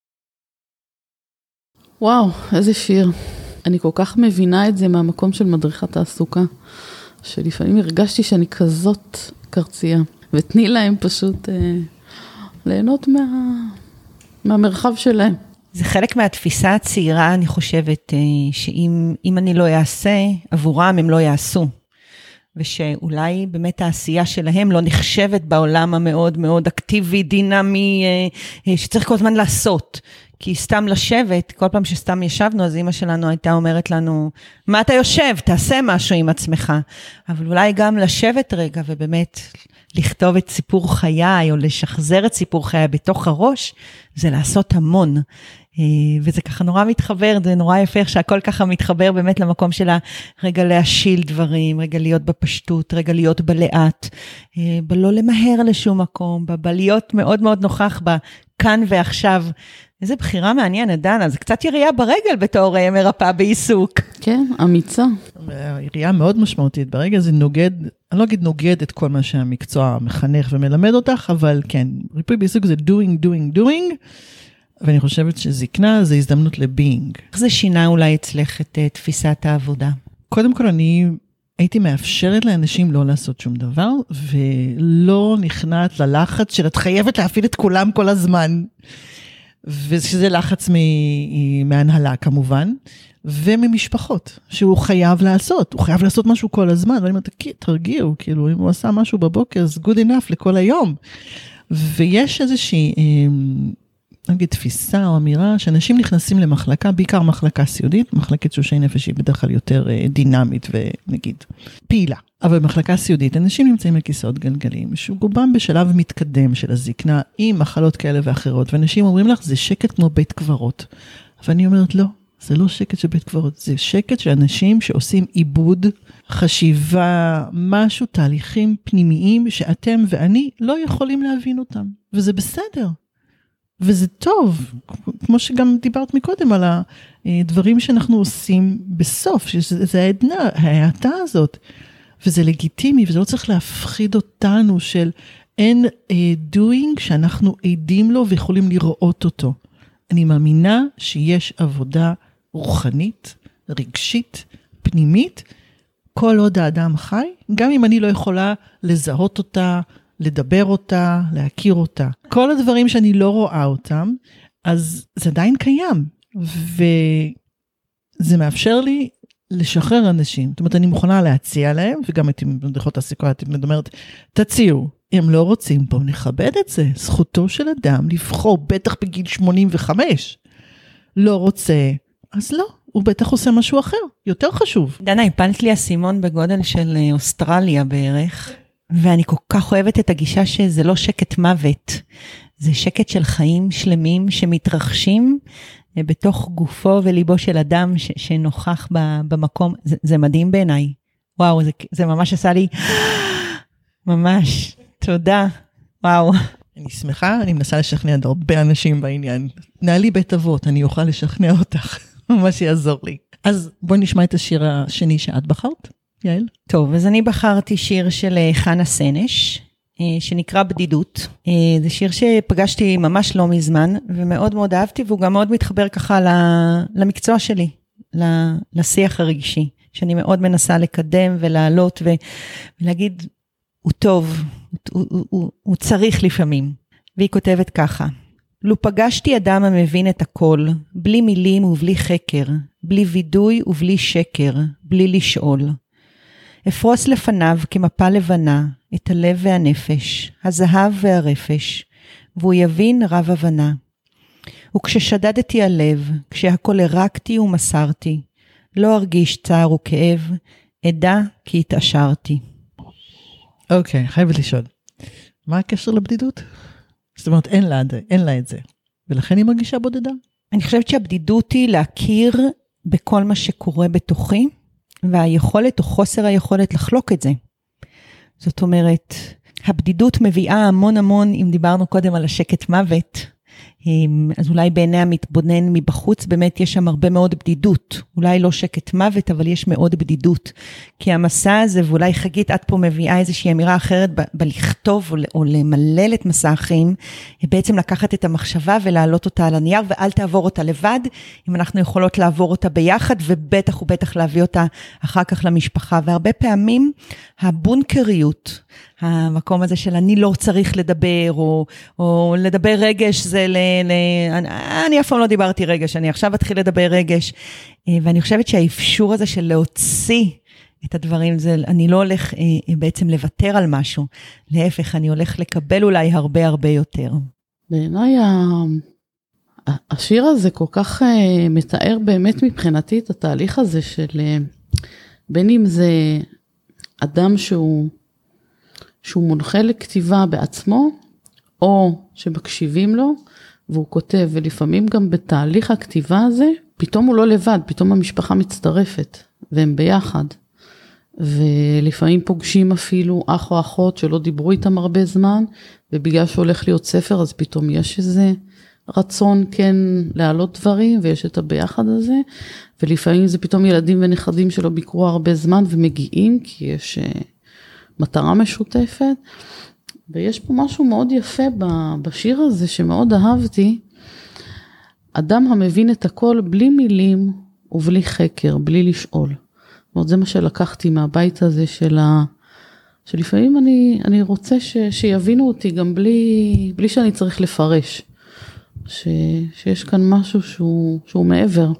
וואו, איזה שיר. אני כל כך מבינה את זה מהמקום של מדריכת תעסוקה, שלפעמים הרגשתי שאני כזאת קרצייה, ותני להם פשוט ליהנות מהמרחב שלהם. זה חלק מהתפיסה הצעירה, אני חושבת, שאם אני לא אעשה, עבורם הם לא יעשו. ושאולי באמת העשייה שלהם לא נחשבת בעולם המאוד מאוד אקטיבי, דינמי, שצריך כל הזמן לעשות. כי סתם לשבת, כל פעם שסתם ישבנו, אז אמא שלנו הייתה אומרת לנו, מה אתה יושב? תעשה משהו עם עצמך. אבל אולי גם לשבת רגע, ובאמת לכתוב את סיפור חיי, או לשחזר את סיפור חיי בתוך הראש, זה לעשות המון. וזה ככה נורא מתחבר, זה נורא יפה, שהכל ככה מתחבר באמת למקום שלה, רגע להשיל דברים, רגע להיות בפשטות, רגע להיות בלאט, בלא למהר לשום מקום, בלהיות מאוד מאוד נוכח בכאן ועכשיו. איזה בחירה מעניינת, דנה, זה קצת ירייה ברגל בתור מרפאה בעיסוק. כן, אמיצה. ירייה מאוד משמעותית, ברגע זה נוגד, אני לא אגיד נוגד את כל מה שהמקצוע מחנך ומלמד אותך, אבל כן, ריפוי בעיסוק זה doing, ואני חושבת שזקנה זה הזדמנות לביינג. איך זה שינה אולי אצלך את תפיסת העבודה? קודם כל אני הייתי מאפשרת לאנשים לא לעשות שום דבר, ולא נכנעת ללחץ של את חייבת להפעיל את כולם כל הזמן. ושזה לחץ מהנהלה כמובן, וממשפחות, שהוא חייב לעשות, הוא חייב לעשות משהו כל הזמן, ואני אומרת, תרגיעו, כאילו, אם הוא עשה משהו בבוקר, אז good enough לכל היום. ויש איזושהי, נגיד, תפיסה או אמירה, שאנשים נכנסים למחלקה, בעיקר מחלקה סיעודית, מחלקת תשושי נפש היא בדרך כלל יותר דינמית ונגיד, פעילה. אבל במחלקה סיעודית, אנשים נמצאים על כיסאות גלגלים, שגובם בשלב מתקדם של הזקנה, עם מחלות כאלה ואחרות, ואנשים אומרים לך, זה שקט כמו בית קברות. ואני אומרת, לא, זה לא שקט של בית קברות, זה שקט של אנשים שעושים עיבוד, חשיבה, משהו, תהליכים פנימיים, שאתם ואני לא יכולים להבין אותם. וזה בסדר. וזה טוב, כמו שגם דיברת מקודם על הדברים שאנחנו עושים בסוף, שזה העדנה, ההאטה הזאת. וזה לגיטימי, וזה לא צריך להפחיד אותנו של אין doing שאנחנו עדים לו ויכולים לראות אותו. אני מאמינה שיש עבודה רוחנית, רגשית, פנימית, כל עוד האדם חי, גם אם אני לא יכולה לזהות אותה, לדבר אותה, להכיר אותה. כל הדברים שאני לא רואה אותם, אז זה עדיין קיים. וזה מאפשר לי לשחרר אנשים. זאת אומרת, אני מוכנה להציע להם, וגם הייתי בדרכות העסיקה, הייתי אומרת, תציעו. הם לא רוצים, בואו נכבד את זה. זכותו של אדם לבחור, בטח בגיל 85. לא רוצה, אז לא. הוא בטח עושה משהו אחר, יותר חשוב. דנה, הפלת לי אסימון בגודל של אוסטרליה בערך, ואני כל כך אוהבת את הגישה שזה לא שקט מוות, זה שקט של חיים שלמים שמתרחשים בתוך גופו וליבו של אדם שנוכח במקום. זה מדהים בעיניי. וואו, זה ממש עשה לי, ממש, תודה. וואו. אני שמחה, אני מנסה לשכנע הרבה אנשים בעניין. נעלי בית אבות, אני אוכל לשכנע אותך. ממש יעזור לי. אז בואי נשמע את השיר השני שאת בחרת, יעל. טוב, אז אני בחרתי שיר של חנה סנש, שנקרא בדידות. זה שיר שפגשתי ממש לא מזמן, ומאוד מאוד אהבתי, והוא גם מאוד מתחבר ככה למקצוע שלי, לשיח הרגשי, שאני מאוד מנסה לקדם ולעלות ולהגיד, הוא טוב, הוא צריך לפעמים. והיא כותבת ככה, לו פגשתי אדם המבין את הכל, בלי מילים ובלי חקר, בלי וידוי ובלי שקר, בלי לשאול. אפרוס לפניו כמפה לבנה, את הלב והנפש, הזהב והרפש, והוא יבין רב הבנה. וכששדדתי הלב, כשהכל הרקתי ומסרתי, לא ארגיש צער וכאב, אדע כי התעשרתי. אוקיי, חייבת לשאול. מה הקשר לבדידות? זאת אומרת, אין לה את זה. ולכן היא מרגישה בודדה. אני חושבת שהבדידות היא להכיר בכל מה שקורה בתוכי, והיכולת או חוסר היכולת לחלוק את זה. זאת אומרת, הבדידות מביאה המון, אם דיברנו קודם על השקט מוות, אז אולי בעיני המתבונן מבחוץ, באמת יש שם הרבה מאוד בדידות. אולי לא שקט מוות, אבל יש מאוד בדידות. כי המסע הזה, ואולי חגית, את פה מביאה איזושהי אמירה אחרת, בלכתוב או למלל את מסע החיים, בעצם לקחת את המחשבה ולהעלות אותה על הנייר, ואל תעבור אותה לבד, אם אנחנו יכולות לעבור אותה ביחד, ובטח ובטח להביא אותה אחר כך למשפחה. והרבה פעמים, הבונקריות, המקום הזה של אני לא צריך לדבר, או לדבר רגש, זה אני אף פעם לא דיברתי רגש, אני עכשיו אתחיל לדבר רגש, ואני חושבת שהאפשור הזה של להוציא את הדברים, אני לא הולך בעצם לוותר על משהו, להפך, אני הולך לקבל אולי הרבה יותר. בעיניי השיר הזה כל כך מתאר באמת מבחינתי את התהליך הזה של, בין אם זה אדם שהוא מונחה לכתיבה בעצמו, או שמקשיבים לו, והוא כותב, ולפעמים גם בתהליך הכתיבה הזה, פתאום הוא לא לבד, פתאום המשפחה מצטרפת, והם ביחד. ולפעמים פוגשים אפילו אח או אחות שלא דיברו איתם הרבה זמן, ובגלל שהולך להיות ספר, אז פתאום יש איזה רצון כן להעלות דברים, ויש את הביחד הזה, ולפעמים זה פתאום ילדים ונכדים שלא ביקרו הרבה זמן, ומגיעים, כי יש מטרה משותפת, ויש פה משהו מאוד יפה בשיר הזה, שמאוד אהבתי, אדם המבין את הכל בלי מילים, ובלי חקר, בלי לשאול. זאת אומרת, זה מה שלקחתי מהבית הזה שלפעמים אני רוצה שיבינו אותי גם בלי שאני צריך לפרש. שיש כאן משהו שהוא מעבר.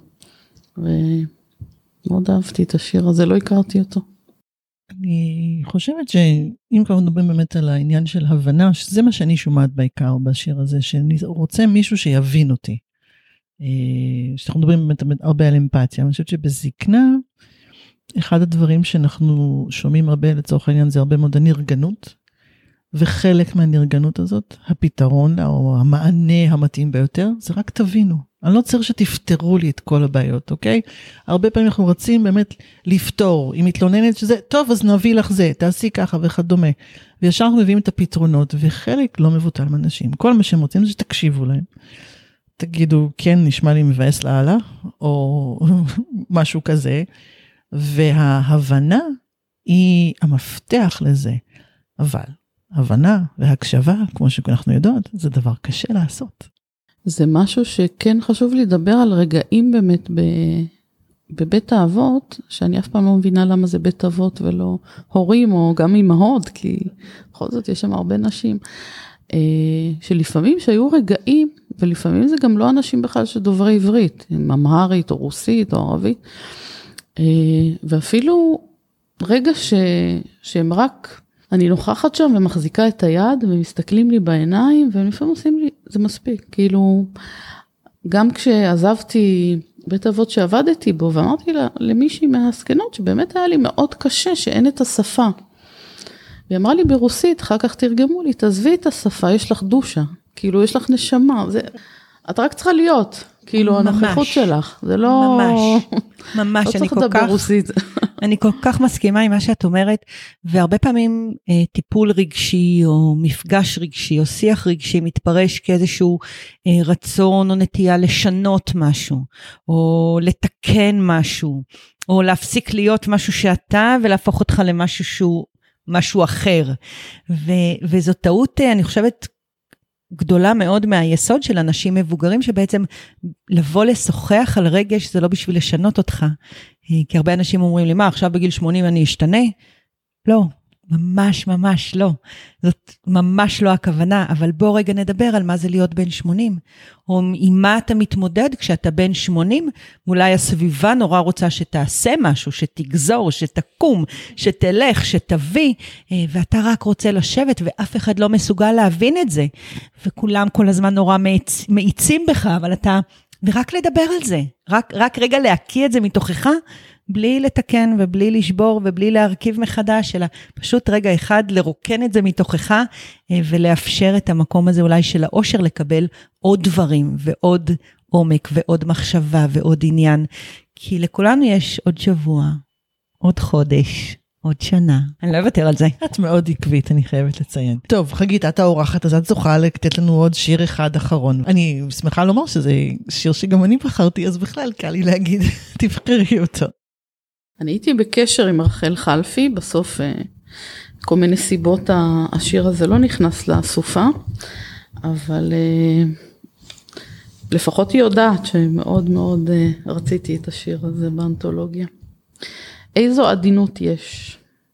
ומאוד אהבתי את השיר הזה, לא הכרתי אותו. אני חושבת שאם כבר מדברים באמת על העניין של הבנה, שזה מה שאני שומעת בעיקר בשיר הזה, שאני רוצה מישהו שיבין אותי. שאנחנו מדברים באמת הרבה על אמפתיה, אני חושבת שבזקנה, אחד הדברים שאנחנו שומעים הרבה לצורך העניין, זה הרבה מאוד הנרגנות, וחלק מהנרגנות הזאת, הפתרון או המענה המתאים ביותר, זה רק תבינו. אני לא צריך שתפתרו לי את כל הבעיות, אוקיי? הרבה פעמים אנחנו רוצים באמת לפתור, אם מתלוננת שזה, טוב, אז נביא לך זה, תעשי ככה וכדומה. וישר אנחנו מביאים את הפתרונות, וחלק לא מבוטל מאנשים. כל מה שהם רוצים זה שתקשיבו להם. תגידו, כן, נשמע לי מבאס להלאה, או משהו כזה, וההבנה היא המפתח לזה. אבל הבנה והקשבה, כמו שאנחנו יודעות, זה דבר קשה לעשות. זה משהו שכן חשוב לדבר על רגעים באמת בבית האבות, שאני אף פעם לא מבינה למה זה בית אבות ולא הורים או גם אמהות, כי בכל זאת יש שם הרבה נשים, שלפעמים שהיו רגעים, ולפעמים זה גם לא אנשים בכלל שדוברי עברית, עם אמהרית או רוסית או ערבית, ואפילו רגע שהם רק, אני נוכחת שם ומחזיקה את היד ומסתכלים לי בעיניים, והם לפעמים עושים לי, זה מספיק, כאילו, גם כשעזבתי בית אבות שעבדתי בו, ואמרתי למישהי מהסקנות, שבאמת היה לי מאוד קשה שאין את השפה, והיא אמרה לי ברוסית, אחר כך תרגמו לי, תעזבי את השפה, יש לך דושה, כאילו יש לך נשמה, את רק צריכה להיות, כאילו הנוכחות שלך, זה לא... ממש, לא אני כל כך מסכימה עם מה שאת אומרת, והרבה פעמים טיפול רגשי, או מפגש רגשי, או שיח רגשי, מתפרש כאיזשהו רצון או נטייה לשנות משהו, או לתקן משהו, או להפסיק להיות משהו שאתה, ולהפוך אותך למשהו שהוא משהו אחר, וזו טעות, אני חושבת, גדולה מאוד מהיסוד של אנשים מבוגרים, שבעצם לבוא לשוחח על רגש, זה לא בשביל לשנות אותך, כי הרבה אנשים אומרים לי, מה, עכשיו בגיל 80 אני אשתנה? לא, ממש ממש לא, זאת ממש לא הכוונה, אבל בוא רגע נדבר על מה זה להיות בן 80, או עם מה אתה מתמודד כשאתה בן 80, אולי הסביבה נורא רוצה שתעשה משהו, שתגזור, שתקום, שתלך, שתביא, ואתה רק רוצה לשבת, ואף אחד לא מסוגל להבין את זה, וכולם כל הזמן נורא מאיצים בך, אבל אתה, ורק לדבר על זה, רק רגע להקיא את זה מתוכך, בלי לתקן ובלי לשבור ובלי להרכיב מחדש, אלא פשוט רגע אחד לרוקן את זה מתוכך, ולאפשר את המקום הזה אולי של האושר לקבל עוד דברים ועוד עומק ועוד מחשבה ועוד עניין, כי לכולנו יש עוד שבוע, עוד חודש, עוד שנה. אני לא אוותר על זה. את מאוד עקבית, אני חייבת לציין. טוב, חגית, את האורחת, אז את זוכה לתת לנו עוד שיר אחד אחרון. אני שמחה לומר שזה שיר שגם אני בחרתי, אז בכלל קל לי להגיד, תבחרי אותו. אני הייתי בקשר עם רחל חלפי, בסוף כל מיני סיבות השיר הזה לא נכנס לסופה, אבל לפחות היא יודעת שמאוד מאוד רציתי את השיר הזה באנתולוגיה. איזו עדינות יש.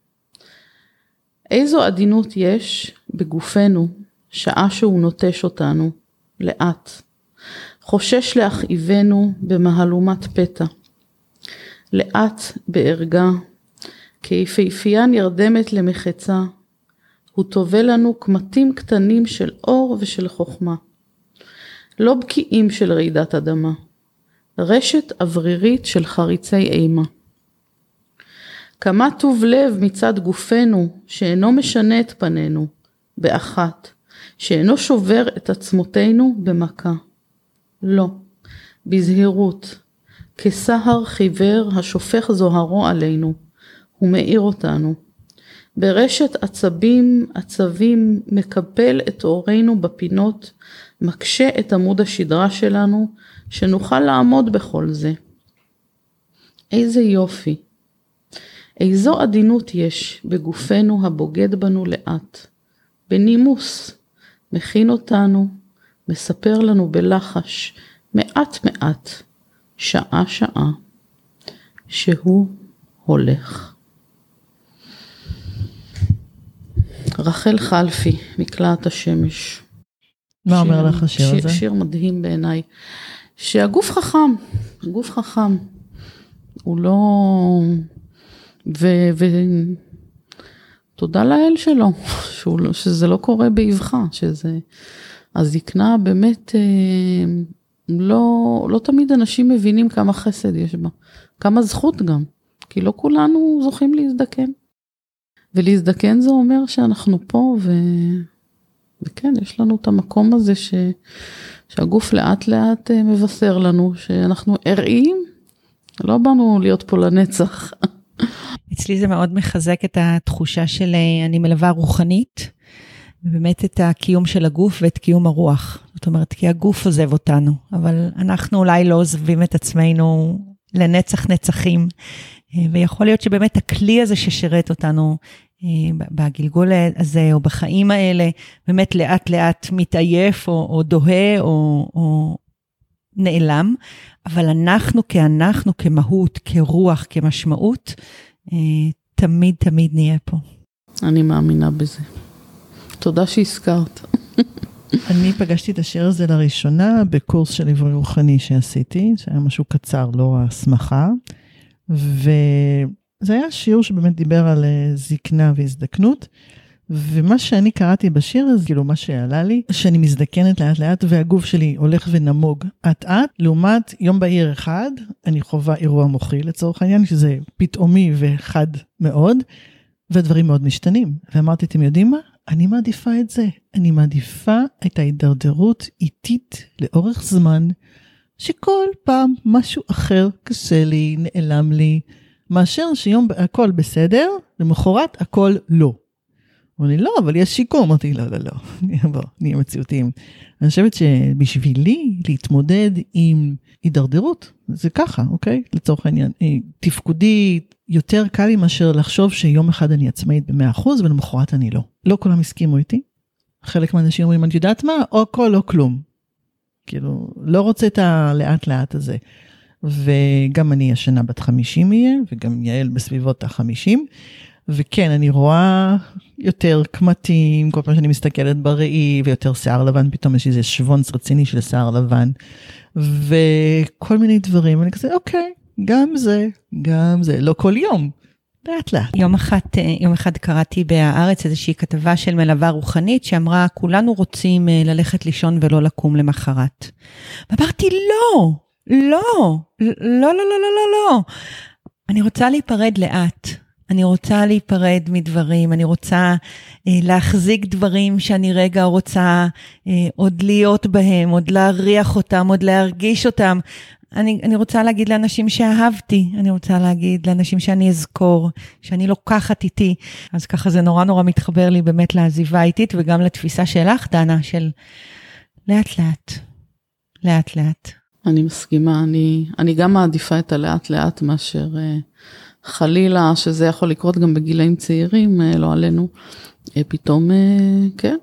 איזו עדינות יש בגופנו, שעה שהוא נוטש אותנו, לאט. חושש להכאיבנו במהלומת פתע. לאט בערגה, כיפהפייה נרדמת למחצה, הוא טובל לנו קמטים קטנים של אור ושל חוכמה. לא בקיעים של רעידת אדמה, רשת אוורירית של חריצי אימה. כמה טוב לב מצד גופנו, שאינו משנה את פנינו, באחת, שאינו שובר את עצמותינו במכה. לא, בזהירות, כסהר חיוור השופך זוהרו עלינו, הוא מאיר אותנו. ברשת עצבים מקפל את אורנו בפינות, מקשה את עמוד השדרה שלנו, שנוכל לעמוד בכל זה. איזה יופי. איזו עדינות יש בגופנו הבוגד בנו לאט. בנימוס, מכין אותנו, מספר לנו בלחש, מעט מעט, שעה שעה, שהוא הולך. רחל חלפי, מקלעת השמש. מה אומר לך השיר הזה? שיר מדהים בעיניי. שהגוף חכם, הגוף חכם. הוא לא... תודה לאל שלו, שזה לא קורה באבחה, שזה... הזקנה באמת... לא תמיד אנשים מבינים כמה חסד יש בה, כמה זכות גם, כי לא כולנו זוכים להזדקן. ולהזדקן זה אומר שאנחנו פה, וכן, יש לנו את המקום הזה שהגוף לאט לאט מבשר לנו, שאנחנו עריים, לא באנו להיות פה לנצח. אצלי זה מאוד מחזק את התחושה של אני מלווה רוחנית, ובאמת את הקיום של הגוף ואת קיום הרוח. זאת אומרת, כי הגוף עוזב אותנו, אבל אנחנו אולי לא עוזבים את עצמנו לנצח נצחים, ויכול להיות שבאמת הכלי הזה ששירת אותנו בגלגול הזה, או בחיים האלה, באמת לאט לאט מתעייף, או דוהה, או נעלם, אבל אנחנו כמהות, כרוח, כמשמעות, תמיד נהיה פה. אני מאמינה בזה. תודה שהזכרת. אני פגשתי את השיר הזה לראשונה בקורס של עברי רוחני שעשיתי, שהיה משהו קצר, לא הסמכה, וזה היה שיעור שבאמת דיבר על זקנה והזדקנות, ומה שאני קראתי בשיר הזה, כאילו מה שעלה לי, שאני מזדקנת לאט לאט, והגוף שלי הולך ונמוג עט, לעומת יום בהיר אחד, אני חווה אירוע מוחי לצורך העניין, שזה פתאומי וחד מאוד, והדברים מאוד משתנים. ואמרתי, אתם יודעים מה? אני מעדיפה את זה. אני מעדיפה את ההידרדרות איטית לאורך זמן, שכל פעם משהו אחר קשה לי, נעלם לי, מאשר שיום הכל בסדר, למחרת הכל לא. אמרתי, לא, אבל יש שיקום. אמרתי, לא, בוא, נהיה מציאותיים. אני חושבת שבשבילי להתמודד עם הידרדרות, זה ככה, אוקיי? לצורך העניין, תפקודית, יותר קל לי מאשר לחשוב שיום אחד אני עצמאית ב100%, ולמחרת אני לא. לא כולם הסכימו איתי. חלק מהאנשים אומרים, אני יודעת מה? או הכל או כלום. כאילו, לא רוצה את הלאט לאט הזה. וגם אני השנה בת 50 יהיה, וגם יעל בסביבות ה50, וכן, אני רואה יותר קמטים, כל פעם שאני מסתכלת בראי, ויותר שיער לבן, פתאום יש איזה שוונץ רציני של שיער לבן, וכל מיני דברים, ואני כזה, אוקיי, גם זה, לא כל יום, לאט לאט. יום אחד קראתי בהארץ איזושהי כתבה של מלווה רוחנית, שאמרה, כולנו רוצים ללכת לישון ולא לקום למחרת. ואמרתי, לא. אני רוצה להיפרד לאט. אני רוצה להיפרד מדברים, אני רוצה להחזיק דברים שאני רגע רוצה עוד להיות בהם, עוד להריח אותם, עוד להרגיש אותם. אני רוצה להגיד לאנשים שאהבתי, אני רוצה להגיד לאנשים שאני אזכור, שאני לוקחת איתי. אז ככה זה נורא מתחבר לי באמת לעזיבה איתית, וגם לתפיסה שלך, דנה, של לאט לאט. אני מסכימה, אני גם מעדיפה את הלאט לאט מאשר חלילה, שזה יכול לקרות גם בגילאים צעירים, לא עלינו, פתאום, כן,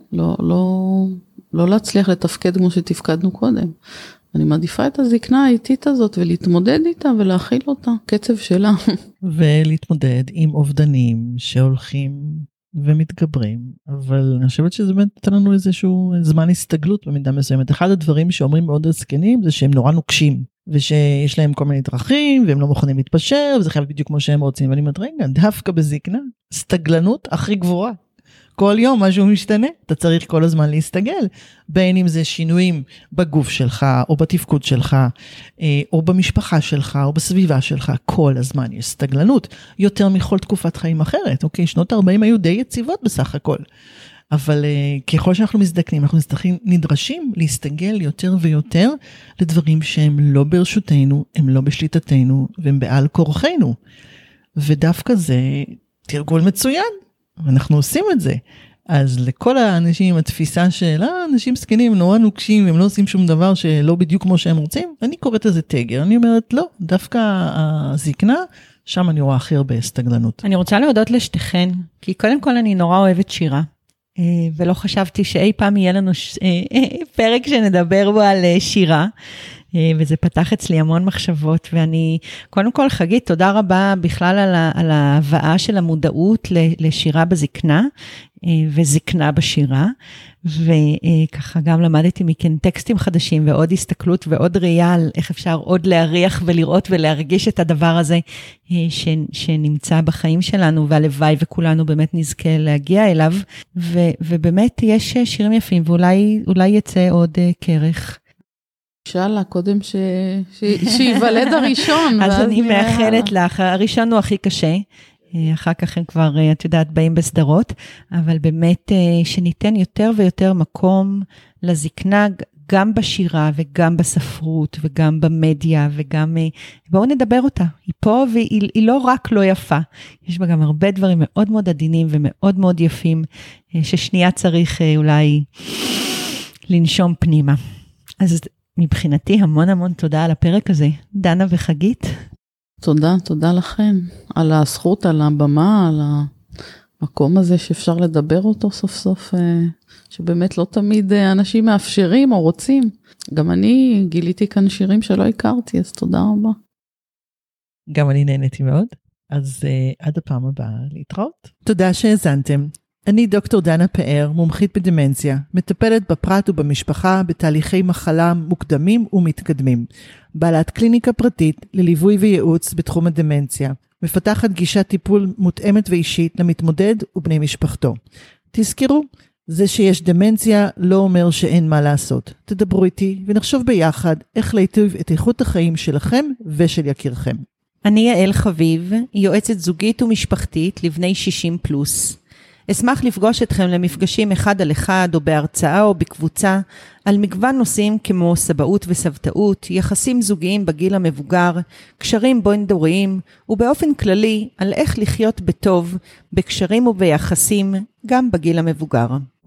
לא להצליח לתפקד כמו שתפקדנו קודם. אני מעדיפה את הזקנה האיטית הזאת, ולהתמודד איתה ולהכיל אותה, קצב שלה. ולהתמודד עם אובדנים שהולכים ומתגברים, אבל אני חושבת שזה באמת נותן לנו איזשהו זמן הסתגלות במידה מסוימת. אחד הדברים שאומרים מאוד הזקנים, זה שהם נורא נוקשים, ושיש להם כל מיני דרכים, והם לא מוכנים להתפשר, וזה חייב בדיוק כמו שהם רוצים, ואני אומרת, רגע, דווקא בזקנה, סתגלנות הכי גבוהה. כל יום משהו משתנה, אתה צריך כל הזמן להסתגל, בין אם זה שינויים בגוף שלך, או בתפקוד שלך, או במשפחה שלך, או בסביבה שלך, כל הזמן יש סתגלנות, יותר מכל תקופת חיים אחרת, אוקיי? שנות ה-40 היו די יציבות בסך הכל, אבל ככל שאנחנו מזדקנים, אנחנו נדרשים להסתגל יותר ויותר, לדברים שהם לא ברשותנו, הם לא בשליטתנו, והם בעל כורחנו, ודווקא זה תרגול מצוין, אנחנו עושים את זה. אז לכל האנשים, התפיסה של אנשים סקנים נורא נוקשים, הם לא עושים שום דבר שלא בדיוק כמו שהם רוצים, אני קוראת לזה תגר, אני אומרת לא, דווקא הזקנה, שם אני רואה הכי הרבה הסתגלנות. אני רוצה להודות לשתיכן, כי קודם כל אני נורא אוהבת שירה, ולא חשבתי שאי פעם יהיה לנו פרק שנדבר בו על שירה, וזה פתח אצלי המון מחשבות, ואני, קודם כל חגית, תודה רבה בכלל על ההבאה של המודעות לשירה בזקנה, וזקנה בשירה, וככה גם למדתי מכן טקסטים חדשים, ועוד הסתכלות ועוד ראייה על איך אפשר עוד להריח ולראות ולהרגיש את הדבר הזה, שנמצא בחיים שלנו, והלוואי וכולנו באמת נזכה להגיע אליו, ובאמת יש שירים יפים, ואולי יצא עוד כרך. שאלה, קודם שיוולד הראשון. אז אני מאחלת לך, הראשון הוא הכי קשה, אחר כך הם כבר, את יודעת, באים בסדרות, אבל באמת שניתן יותר ויותר מקום לזקנה, גם בשירה וגם בספרות וגם במדיה, וגם, בואו נדבר אותה, היא פה והיא לא רק לא יפה, יש בה גם הרבה דברים מאוד מאוד עדינים ומאוד מאוד יפים, ששנייה צריך אולי לנשום פנימה. אז מבחינתי המון תודה על הפרק הזה, דנה וחגית. תודה לכם, על הזכות, על הבמה, המקום הזה שאפשר לדבר אותו סוף סוף, שבאמת לא תמיד אנשים מאפשרים או רוצים. גם אני גיליתי כאן שירים שלא הכרתי, אז תודה רבה. גם אני נהניתי מאוד, אז עד הפעם הבאה, להתראות. תודה שהאזנתם. אני דוקטור דנה פאר, מומחית בדמנציה, מטפלת בפרט ובמשפחה בתהליכי מחלה מוקדמים ומתקדמים. בעלת קליניקה פרטית לליווי וייעוץ בתחום הדמנציה. מפתחת גישת טיפול מותאמת ואישית למתמודד ובני משפחתו. תזכרו, זה שיש דמנציה לא אומר שאין מה לעשות. תדברו איתי ונחשוב ביחד איך להיטיב את איכות החיים שלכם ושל יקירכם. אני יעל חביב, יועצת זוגית ומשפחתית לבני 60 פלוס. אשמח לפגוש אתכם למפגשים אחד על אחד או בהרצאה או בקבוצה על מגוון נושאים כמו סבאות וסבתאות, יחסים זוגיים בגיל המבוגר, קשרים בין דוריים ובאופן כללי על איך לחיות בטוב, בקשרים וביחסים גם בגיל המבוגר.